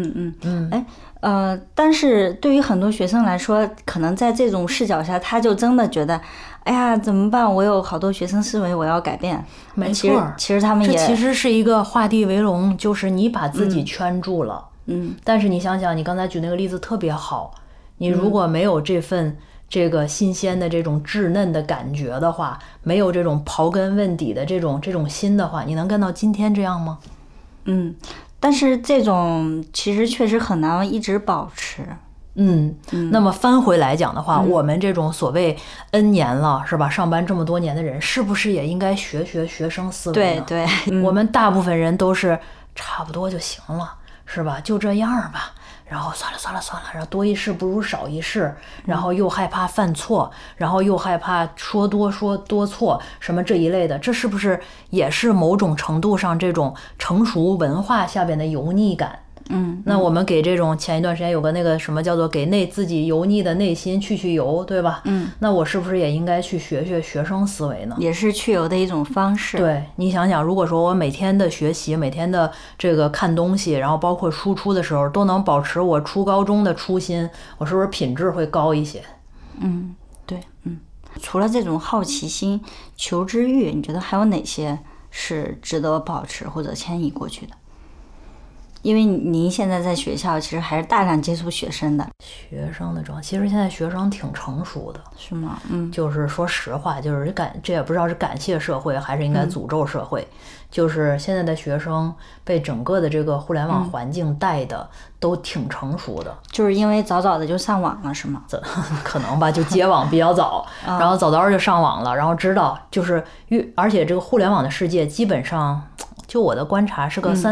但是对于很多学生来说，可能在这种视角下，他就真的觉得，哎呀，怎么办？我有好多学生思维，我要改变。 没错， 其实他们也， 这其实是一个画地为龙，就是你把自己圈住了。但是你想想，你刚才举那个例子特别好，你如果没有这个新鲜的这种稚嫩的感觉的话，没有这种刨根问底的这种心的话，你能干到今天这样吗？ 但是这种其实确实很难一直保持。 那么翻回来讲的话，我们这种所谓 N 年了，是吧？上班这么多年的人，是不是也应该学学生思维呢？ 对， 我们大部分人都是差不多就行了，是吧？就这样吧。然后算了，然后多一事不如少一事，然后又害怕犯错，然后又害怕说多错，什么这一类的，这是不是也是某种程度上这种成熟文化下边的油腻感？那我们给这种前一段时间有个那个什么叫做给自己油腻的内心去油，对吧？那我是不是也应该去学学生思维呢？ 也是去油的一种方式。 对，你想想，如果说我每天的学习，每天的这个看东西，然后包括输出的时候，都能保持我初高中的初心，我是不是品质会高一些？ 对，除了这种好奇心、求知欲，你觉得还有哪些是值得保持或者迁移过去的？因为您现在在学校其实还是大量接触学生的。 学生的状态，其实现在学生挺成熟的。 是吗？ 就是说实话，就是这也不知道是感谢社会还是应该诅咒社会。就是现在的学生被整个的这个互联网环境带的都挺成熟的。 就是因为早早的就上网了，是吗？ 可能吧，就接网比较早，然后早就上网了，然后知道就是而且这个互联网的世界基本上，就我的观察是个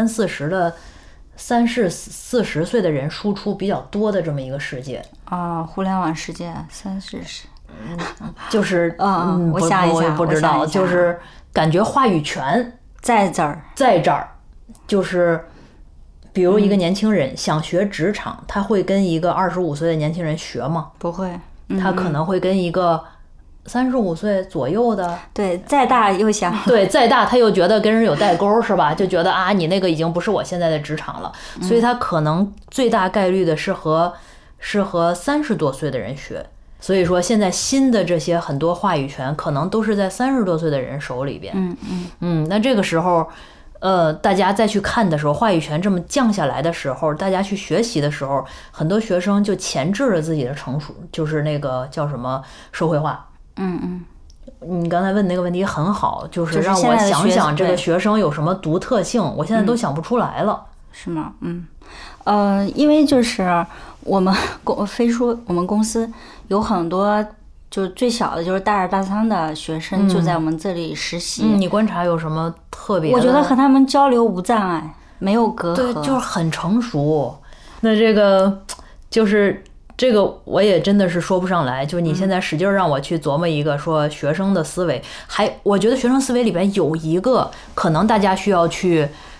30、40岁的人输出比较多的这么一个世界互联网世界30， 就是我想一下， 我也不知道，就是感觉话语权在这儿， 就是比如一个年轻人想学职场，他会跟一个25岁的年轻人学吗？ 不会， 他可能会跟一个35岁左右的， 对，再大又想， 对，再大他又觉得跟人有代沟，是吧？就觉得你那个已经不是我现在的职场了，所以他可能最大概率的是和30多岁的人学。所以说现在新的这些很多话语权可能都是在30多岁的人手里边。那这个时候大家再去看的时候，话语权这么降下来的时候，大家去学习的时候，很多学生就前置了自己的成熟，就是那个叫什么社会化。你刚才问那个问题很好，就是让我想想这个学生有什么独特性，我现在都想不出来了。 是吗？因为就是我们公司有很多，就最小的就是大2、大3的学生就在我们这里实习。 你观察有什么特别的？ 我觉得和他们交流无障碍，没有隔阂。 对，就是很成熟。那这个就是这个我也真的是说不上来，就你现在使劲让我去琢磨一个说学生的思维，我觉得学生思维里边有一个可能大家需要去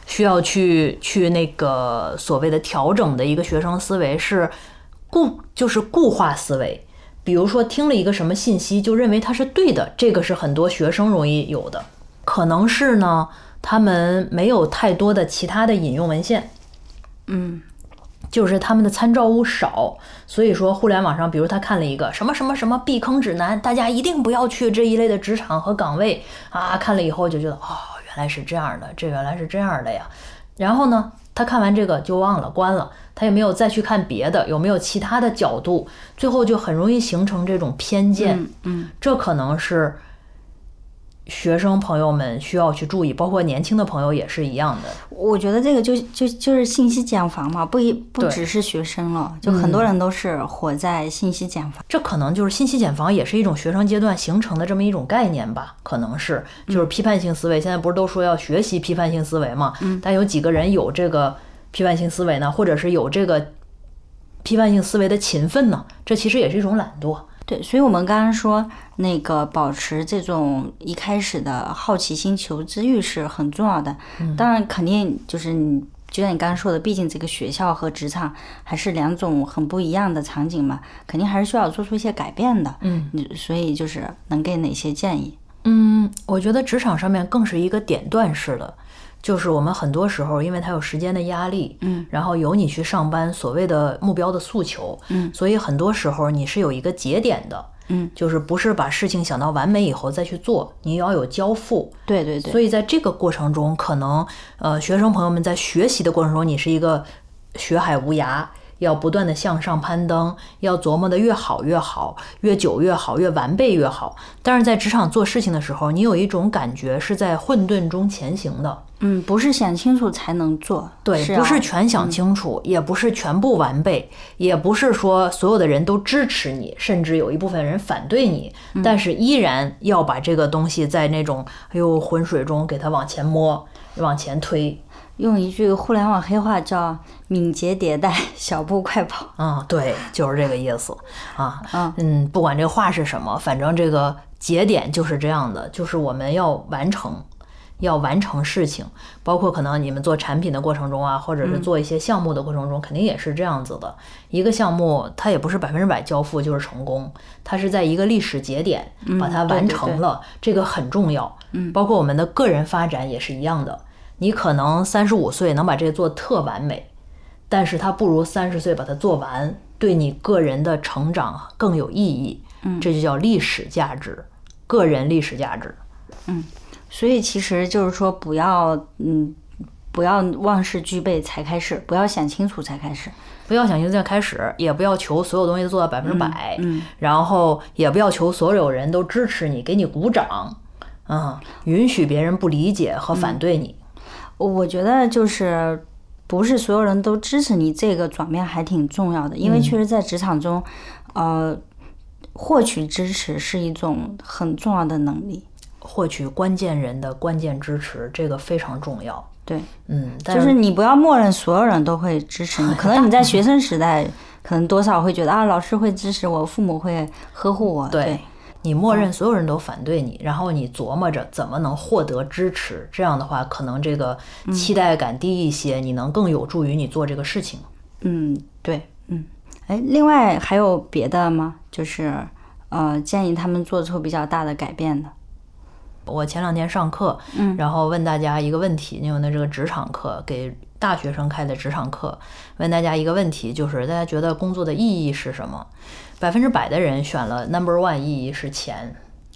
需要去那个所谓的调整的一个学生思维是就是固化思维。比如说听了一个什么信息就认为它是对的，这个是很多学生容易有的。可能是呢他们没有太多的其他的引用文献，就是他们的参照物少，所以说互联网上比如他看了一个什么什么什么避坑指南，大家一定不要去这一类的职场和岗位啊，看了以后就觉得原来是这样的，这原来是这样的呀。然后呢他看完这个就忘了关了，他也没有再去看别的有没有其他的角度，最后就很容易形成这种偏见。这可能是学生朋友们需要去注意，包括年轻的朋友也是一样的。 我觉得这个就是信息茧房嘛，不只是学生了，就很多人都是活在信息茧房。 这可能就是信息茧房也是一种学生阶段形成的这么一种概念吧，可能是就是批判性思维。现在不是都说要学习批判性思维嘛？但有几个人有这个批判性思维呢，或者是有这个批判性思维的勤奋呢？这其实也是一种懒惰。 对，所以我们刚刚说那个保持这种一开始的好奇心、求知欲是很重要的。当然肯定就是就像你刚刚说的，毕竟这个学校和职场还是两种很不一样的场景嘛，肯定还是需要做出一些改变的。所以就是能给哪些建议？ 我觉得职场上面更是一个点段式的，就是我们很多时候因为它有时间的压力，然后有你去上班所谓的目标的诉求，所以很多时候你是有一个节点的，就是不是把事情想到完美以后再去做，你要有交付。 对对对。 所以在这个过程中，可能学生朋友们在学习的过程中，你是一个学海无涯，要不断的向上攀登，要琢磨的越好越好，越久越好，越完备越好。但是在职场做事情的时候，你有一种感觉是在混沌中前行的。 不是想清楚才能做。 对，不是全想清楚，也不是全部完备，也不是说所有的人都支持你，甚至有一部分人反对你，但是依然要把这个东西在那种浑水中给它往前摸，往前推。 用一句互联网黑话叫敏捷迭代，小步快跑。 对，就是这个意思啊。不管这个话是什么，反正这个节点就是这样的，就是我们要完成事情，包括可能你们做产品的过程中啊，或者是做一些项目的过程中，肯定也是这样子的。一个项目它也不是100%交付就是成功，它是在一个历史节点把它完成了，这个很重要。包括我们的个人发展也是一样的。你可能35岁能把这个做特完美，但是它不如30岁把它做完，对你个人的成长更有意义。这就叫历史价值，个人历史价值。 所以其实就是说不要万事俱备才开始，不要想清楚才开始， 不要想清楚再开始，也不要求所有东西都做到100%，然后也不要求所有人都支持你，给你鼓掌，允许别人不理解和反对你。 我觉得就是不是所有人都支持你，这个转变还挺重要的，因为确实在职场中，获取支持是一种很重要的能力。 获取关键人的关键支持，这个非常重要。 对，就是你不要默认所有人都会支持你，可能你在学生时代可能多少会觉得老师会支持我，父母会呵护我。对， 你默认所有人都反对你，然后你琢磨着怎么能获得支持，这样的话可能这个期待感低一些，你能更有助于你做这个事情。 对，另外还有别的吗？就是建议他们做出比较大的改变的。 我前2天上课，然后问大家一个问题，因为这个职场课给大学生开的职场课，问大家一个问题，就是大家觉得工作的意义是什么？100%的人选了 No.1 意义是钱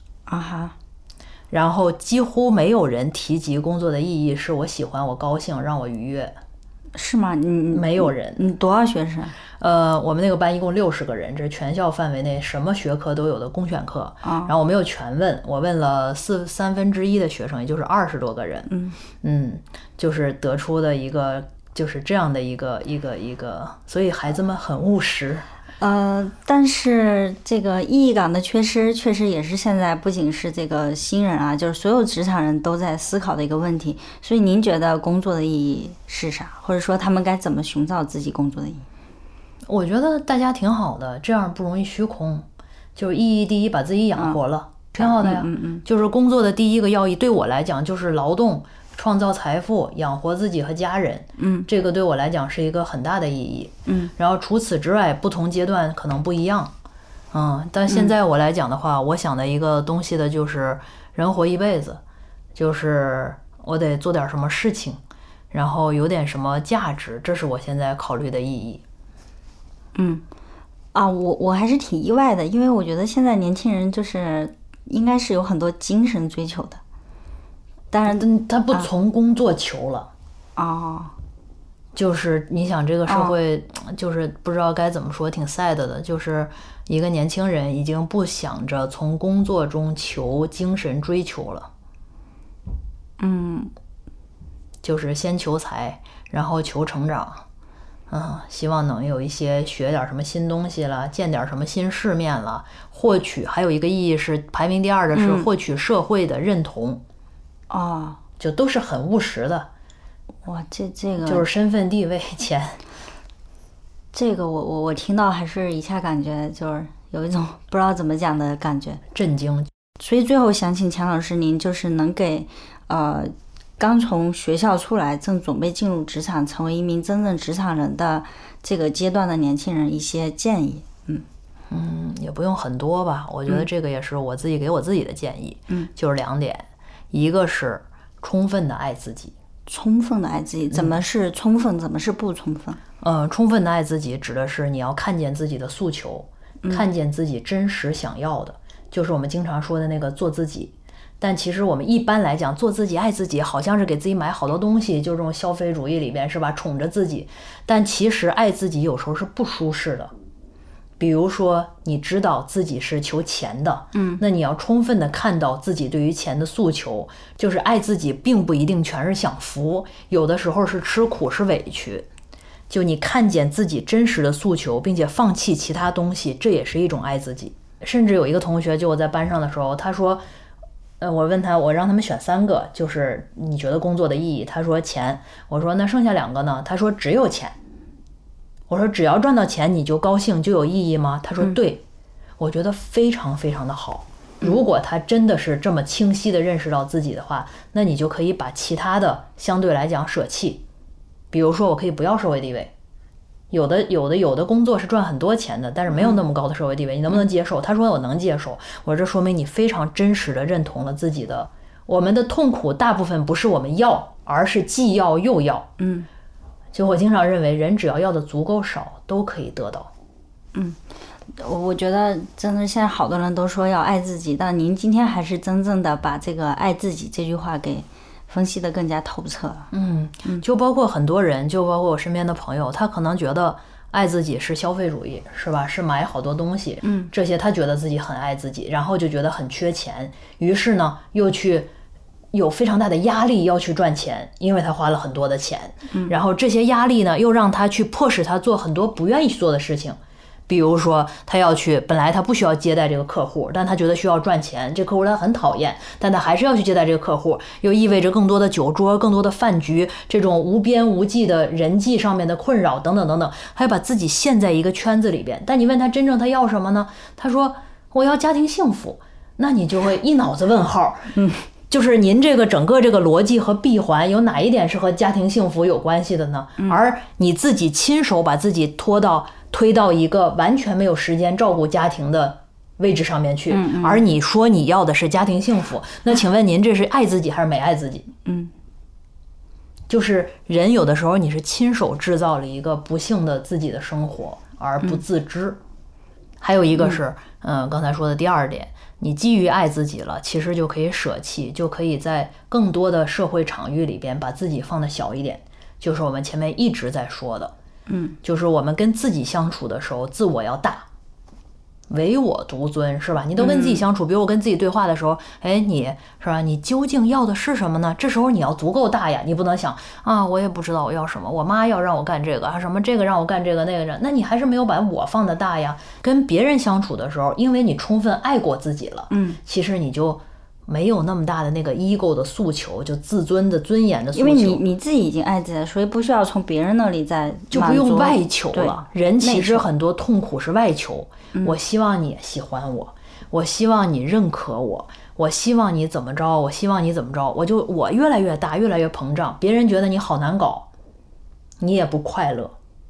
然后几乎没有人提及工作的意义是我喜欢，我高兴，让我愉悦。 是吗？ 没有人。 多少学生？ 我们那个班一共60个人，这是全校范围内什么学科都有的公选课。然后我没有全问，我问了1/3的学生，也就是20多个人。就是得出的一个就是这样的一个，所以孩子们很务实。 但是这个意义感的缺失确实也是现在不仅是这个新人啊，就是所有职场人都在思考的一个问题。所以您觉得工作的意义是啥？或者说他们该怎么寻找自己工作的意义？ 我觉得大家挺好的，这样不容易虚空。就是意义第一，把自己养活了，挺好的呀。就是工作的第一个要义，对我来讲就是劳动， 创造财富，养活自己和家人，这个对我来讲是一个很大的意义，然后除此之外，不同阶段可能不一样，但现在我来讲的话，我想的一个东西的就是人活一辈子，就是我得做点什么事情，然后有点什么价值，这是我现在考虑的意义。 我还是挺意外的，因为我觉得现在年轻人就是应该是有很多精神追求的，当然他不从工作求了。就是你想这个社会就是不知道该怎么说，挺 sad 的，就是一个年轻人已经不想着从工作中求精神追求了。就是先求财，然后求成长。希望能有一些学点什么新东西了，见点什么新世面了，获取还有一个意义是排名第2的是获取社会的认同。就都是很务实的。 哇，这个就是身份地位钱。 这个我听到还是一下感觉就是有一种不知道怎么讲的感觉， 震惊。 所以最后想请钱老师您就是能给刚从学校出来正准备进入职场成为一名真正职场人的这个阶段的年轻人一些建议。 也不用很多吧，我觉得这个也是我自己给我自己的建议。就是2点，一个是充分的爱自己。 充分的爱自己，怎么是充分，怎么是不充分？ 充分的爱自己指的是你要看见自己的诉求，看见自己真实想要的，就是我们经常说的那个做自己。但其实我们一般来讲做自己爱自己好像是给自己买好多东西，就这种消费主义里边是吧，宠着自己。但其实爱自己有时候是不舒适的。比如说你知道自己是求钱的，那你要充分的看到自己对于钱的诉求，就是爱自己并不一定全是享福，有的时候是吃苦是委屈。就你看见自己真实的诉求，并且放弃其他东西，这也是一种爱自己。甚至有一个同学，就我在班上的时候，他说我问他，我让他们选3个，就是你觉得工作的意义。他说钱，我说那剩下2个呢？他说只有钱。我说只要赚到钱你就高兴就有意义吗？他说对。我觉得非常非常的好。如果他真的是这么清晰的认识到自己的话，那你就可以把其他的相对来讲舍弃。比如说我可以不要社会地位，有的工作是赚很多钱的，但是没有那么高的社会地位，你能不能接受？他说我能接受。我说这说明你非常真实的认同了自己的。我们的痛苦大部分不是我们要，而是既要又要。就我经常认为人只要要的足够少都可以得到。 我觉得真的现在好多人都说要爱自己，但您今天还是真正的把这个爱自己这句话给分析得更加透彻了。 就包括很多人，就包括我身边的朋友，他可能觉得爱自己是消费主义，是吧？是买好多东西，这些他觉得自己很爱自己，然后就觉得很缺钱，于是呢又去有非常大的压力要去赚钱，因为他花了很多的钱，然后这些压力呢又让他去迫使他做很多不愿意做的事情。比如说他要去，本来他不需要接待这个客户，但他觉得需要赚钱，这客户他很讨厌，但他还是要去接待这个客户，又意味着更多的酒桌，更多的饭局，这种无边无际的人际上面的困扰等等等等，还把自己陷在一个圈子里边。但你问他真正他要什么呢？他说我要家庭幸福，那你就会一脑子问号。就是您这个整个这个逻辑和闭环有哪一点是和家庭幸福有关系的呢？而你自己亲手把自己推到一个完全没有时间照顾家庭的位置上面去，而你说你要的是家庭幸福，那请问您这是爱自己还是没爱自己？就是人有的时候你是亲手制造了一个不幸的自己的生活而不自知。还有一个是刚才说的第2点，你基于爱自己了，其实就可以舍弃，就可以在更多的社会场域里边把自己放得小一点，就是我们前面一直在说的，就是我们跟自己相处的时候，自我要大，唯我独尊，是吧？你都跟自己相处，比如我跟自己对话的时候，你是吧？你究竟要的是什么呢？这时候你要足够大呀，你不能想啊，我也不知道我要什么，我妈要让我干这个啊，什么这个让我干这个那个，那你还是没有把我放得大呀。跟别人相处的时候，因为你充分爱过自己了，其实你就没有那么大的那个 ego 的诉求，就自尊的尊严的诉求， 因为你自己已经爱自己了，所以不需要从别人那里再就不用外求了。人其实很多痛苦是外求，我希望你也喜欢我， 我希望你认可我，我希望你怎么着，我希望你怎么着，我越来越大，越来越膨胀，别人觉得你好难搞，你也不快乐，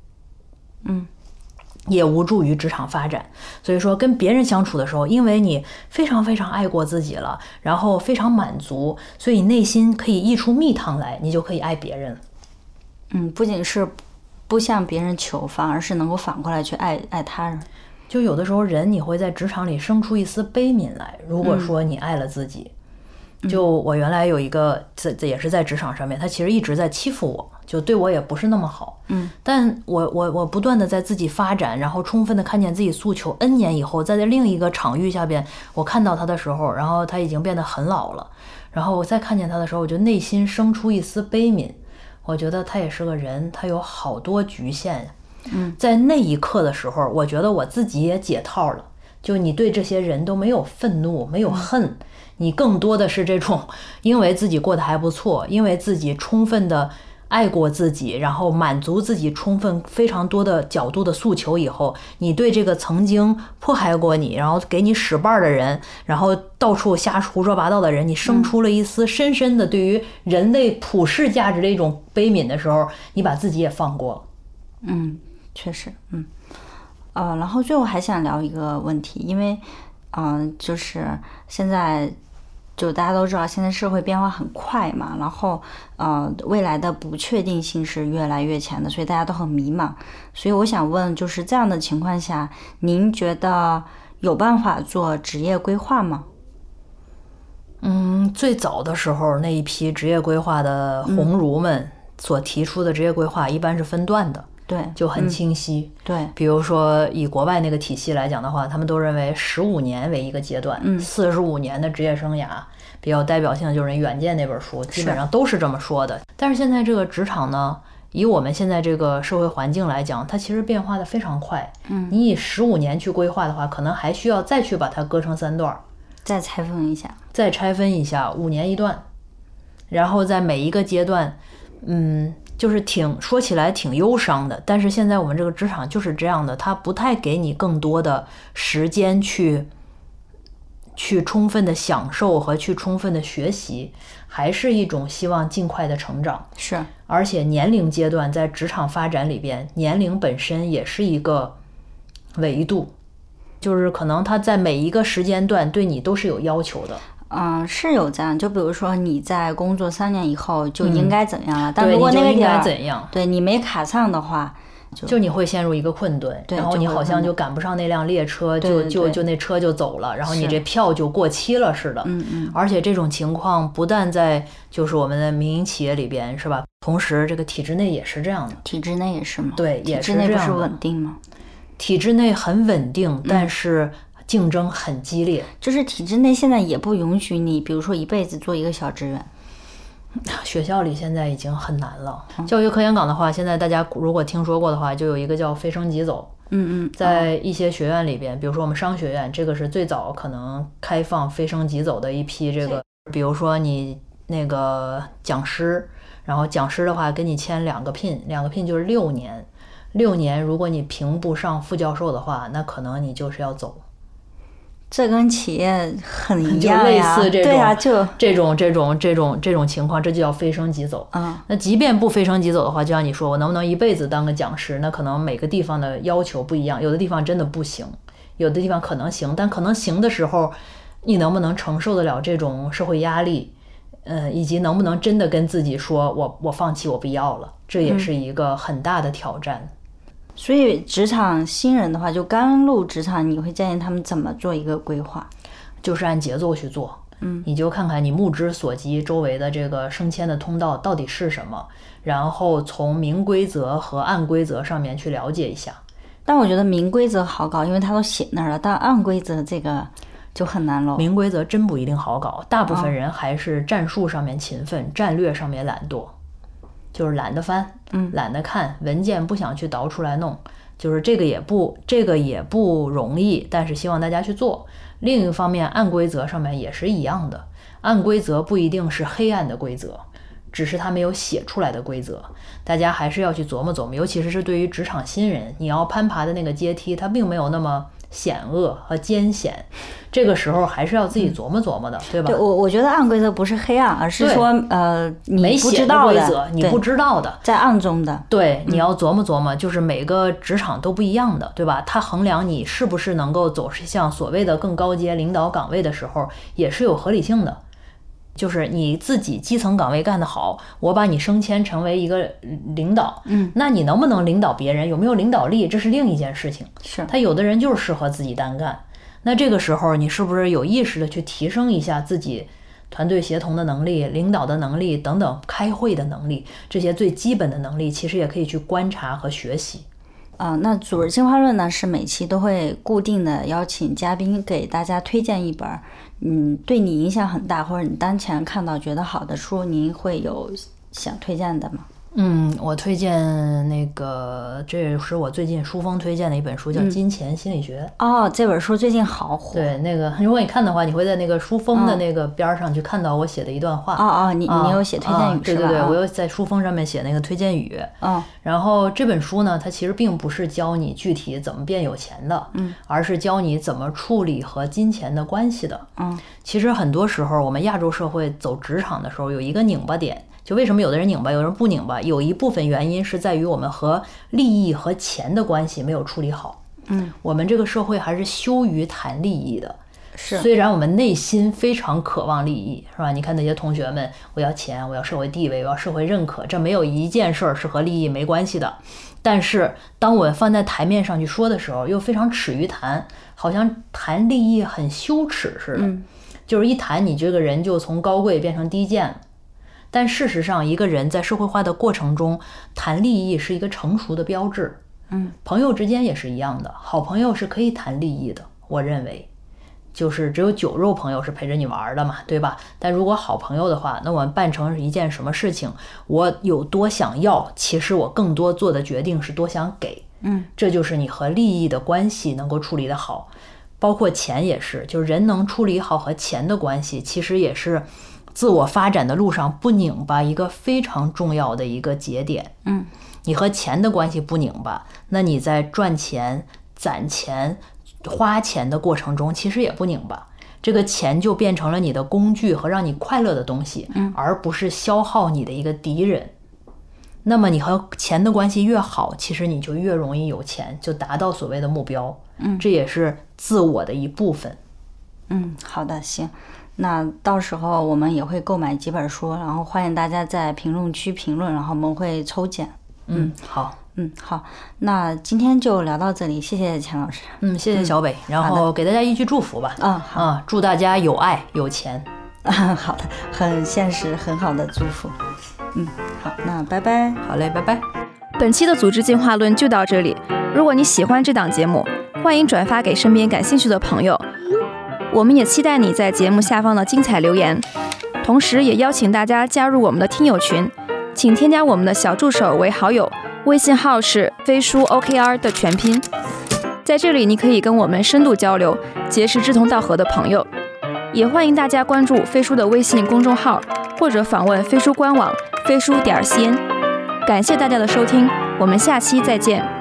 也无助于职场发展。所以说跟别人相处的时候，因为你非常非常爱过自己了，然后非常满足，所以内心可以溢出蜜糖来，你就可以爱别人。 不仅是不向别人求，反而是能够反过来去爱他人。 就有的时候人你会在职场里生出一丝悲悯来，如果说你爱了自己。就我原来有一个这也是在职场上面，他其实一直在欺负我，就对我也不是那么好。但我不断的在自己发展，然后充分的看见自己诉求 N 年以后，在另一个场域下边，我看到他的时候，然后他已经变得很老了，然后我再看见他的时候，我就内心生出一丝悲悯。我觉得他也是个人，他有好多局限。在那一刻的时候，我觉得我自己也解套了。就你对这些人都没有愤怒，没有恨，你更多的是这种因为自己过得还不错，因为自己充分的爱过自己，然后满足自己充分非常多的角度的诉求以后，你对这个曾经迫害过你，然后给你使绊的人，然后到处瞎胡说八道的人，你生出了一丝深深的对于人类普世价值的一种悲悯的时候，你把自己也放过了。 确实。然后最后还想聊一个问题，因为就是现在就大家都知道现在社会变化很快嘛，然后未来的不确定性是越来越强的，所以大家都很迷茫。所以我想问，就是这样的情况下，您觉得有办法做职业规划吗？ 最早的时候那一批职业规划的鸿儒们所提出的职业规划一般是分段的， 对， 就很清晰。 对， 比如说以国外那个体系来讲的话，他们都认为15年为一个阶段，45年的职业生涯。比较代表性的就是《远见》那本书，基本上都是这么说的。但是现在这个职场呢，以我们现在这个社会环境来讲，它其实变化的非常快。你以15年去规划的话，可能还需要再去把它割成3段， 再拆分一下 5年一段，然后在每一个阶段，就是说起来挺忧伤的，但是现在我们这个职场就是这样的，它不太给你更多的时间去充分的享受和去充分的学习，还是一种希望尽快的成长。 是， 而且年龄阶段在职场发展里边，年龄本身也是一个维度，就是可能它在每一个时间段对你都是有要求的。 是有这样，就比如说你在工作3年以后就应该怎样了，但如果那个点怎样， 对你没卡上的话， 就你会陷入一个困顿，然后你好像就赶不上那辆列车，就那车就走了，然后你这票就过期了似的。而且这种情况不但在就是我们的民营企业里边，是吧？同时这个体制内也是这样的。 体制内也是吗？ 对，也是这样的。 体制内不是稳定吗？ 体制内很稳定，但是竞争很激烈。 就是体制内现在也不允许你，比如说一辈子做一个小职员。 学校里现在已经很难了。教育科研岗的话，现在大家如果听说过的话，就有一个叫飞升即走。在一些学院里边，比如说我们商学院，这个是最早可能开放飞升即走的一批。这个比如说你那个讲师，然后讲师的话跟你签2个聘就是6年，6年如果你评不上副教授的话，那可能你就是要走。 这跟企业很一样呀，就类似这种， 对啊，就这种情况，这就叫飞升即走。那即便不飞升即走的话，就像你说，我能不能一辈子当个讲师？那可能每个地方的要求不一样，有的地方真的不行，有的地方可能行，但可能行的时候，你能不能承受得了这种社会压力？以及能不能真的跟自己说，我放弃，我不要了，这也是一个很大的挑战。 所以职场新人的话，就刚入职场，你会建议他们怎么做一个规划？ 就是按节奏去做。你就看看你目之所及周围的这个升迁的通道到底是什么，然后从明规则和暗规则上面去了解一下。 但我觉得明规则好搞，因为它都写那儿了，但暗规则这个就很难了。 明规则真不一定好搞，大部分人还是战术上面勤奋，战略上面懒惰。就是懒得翻，懒得看文件，不想去导出来弄，就是这个也不容易，但是希望大家去做。另一方面，按规则上面也是一样的，按规则不一定是黑暗的规则，只是它没有写出来的规则，大家还是要去琢磨琢磨。尤其是对于职场新人，你要攀爬的那个阶梯，它并没有那么险恶和艰险，这个时候还是要自己琢磨琢磨的，对吧？ 对，我觉得暗规则不是黑暗，而是说你不知道的规则，你不知道的， 在暗中的。 对，你要琢磨琢磨，就是每个职场都不一样的，对吧？它衡量你是不是能够走向所谓的更高阶领导岗位的时候，也是有合理性的。就是你自己基层岗位干得好，我把你升迁成为一个领导，那你能不能领导别人，有没有领导力，这是另一件事情。 是， 他有的人就是适合自己单干，那这个时候你是不是有意识的去提升一下自己团队协同的能力、领导的能力等等，开会的能力，这些最基本的能力，其实也可以去观察和学习。 那组织进化论呢，是每期都会固定的邀请嘉宾给大家推荐一本对你影响很大或者你当前看到觉得好的书，您会有想推荐的吗？ 我推荐那个，这也是我最近书封推荐的一本书，叫《金钱心理学》。 这本书最近好火。 对，那个如果你看的话，你会在那个书封的那个边上去看到我写的一段话。 你有写推荐语是吧？ 对，我有在书封上面写那个推荐语。然后这本书呢，它其实并不是教你具体怎么变有钱的，而是教你怎么处理和金钱的关系的。其实很多时候我们亚洲社会走职场的时候有一个拧巴点。就为什么有的人拧巴，有人不拧巴，有一部分原因是在于我们和利益和钱的关系没有处理好。我们这个社会还是羞于谈利益的。 是， 虽然我们内心非常渴望利益，是吧？你看那些同学们，我要钱，我要社会地位，我要社会认可，这没有一件事儿是和利益没关系的。但是当我们放在台面上去说的时候，又非常耻于谈，好像谈利益很羞耻似的。就是一谈你这个人就从高贵变成低贱了。但事实上，一个人在社会化的过程中谈利益是一个成熟的标志。朋友之间也是一样的，好朋友是可以谈利益的。我认为，就是只有酒肉朋友是陪着你玩的嘛，对吧？但如果好朋友的话，那我们办成一件什么事情，我有多想要，其实我更多做的决定是多想给。这就是你和利益的关系能够处理得好，包括钱也是，就是人能处理好和钱的关系，其实也是自我发展的路上不拧巴一个非常重要的一个节点。你和钱的关系不拧巴，那你在赚钱、攒钱、花钱的过程中其实也不拧巴，这个钱就变成了你的工具和让你快乐的东西，而不是消耗你的一个敌人。那么你和钱的关系越好，其实你就越容易有钱，就达到所谓的目标。这也是自我的一部分。 好的，行。那到时候我们也会购买几本书，然后欢迎大家在评论区评论，然后我们会抽奖。 好。 好，那今天就聊到这里，谢谢钱老师。 谢谢小北，然后给大家一句祝福吧。 好， 祝大家有爱有钱。 好的，很现实，很好的祝福。好，那拜拜。 好嘞，拜拜。 本期的组织进化论就到这里。如果你喜欢这档节目，欢迎转发给身边感兴趣的朋友。我们也期待你在节目下方的精彩留言，同时也邀请大家加入我们的听友群，请添加我们的小助手为好友，微信号是飞书 OKR 的全拼。在这里你可以跟我们深度交流，结识志同道合的朋友。也欢迎大家关注飞书的微信公众号，或者访问飞书官网飞书.cn。感谢大家的收听，我们下期再见。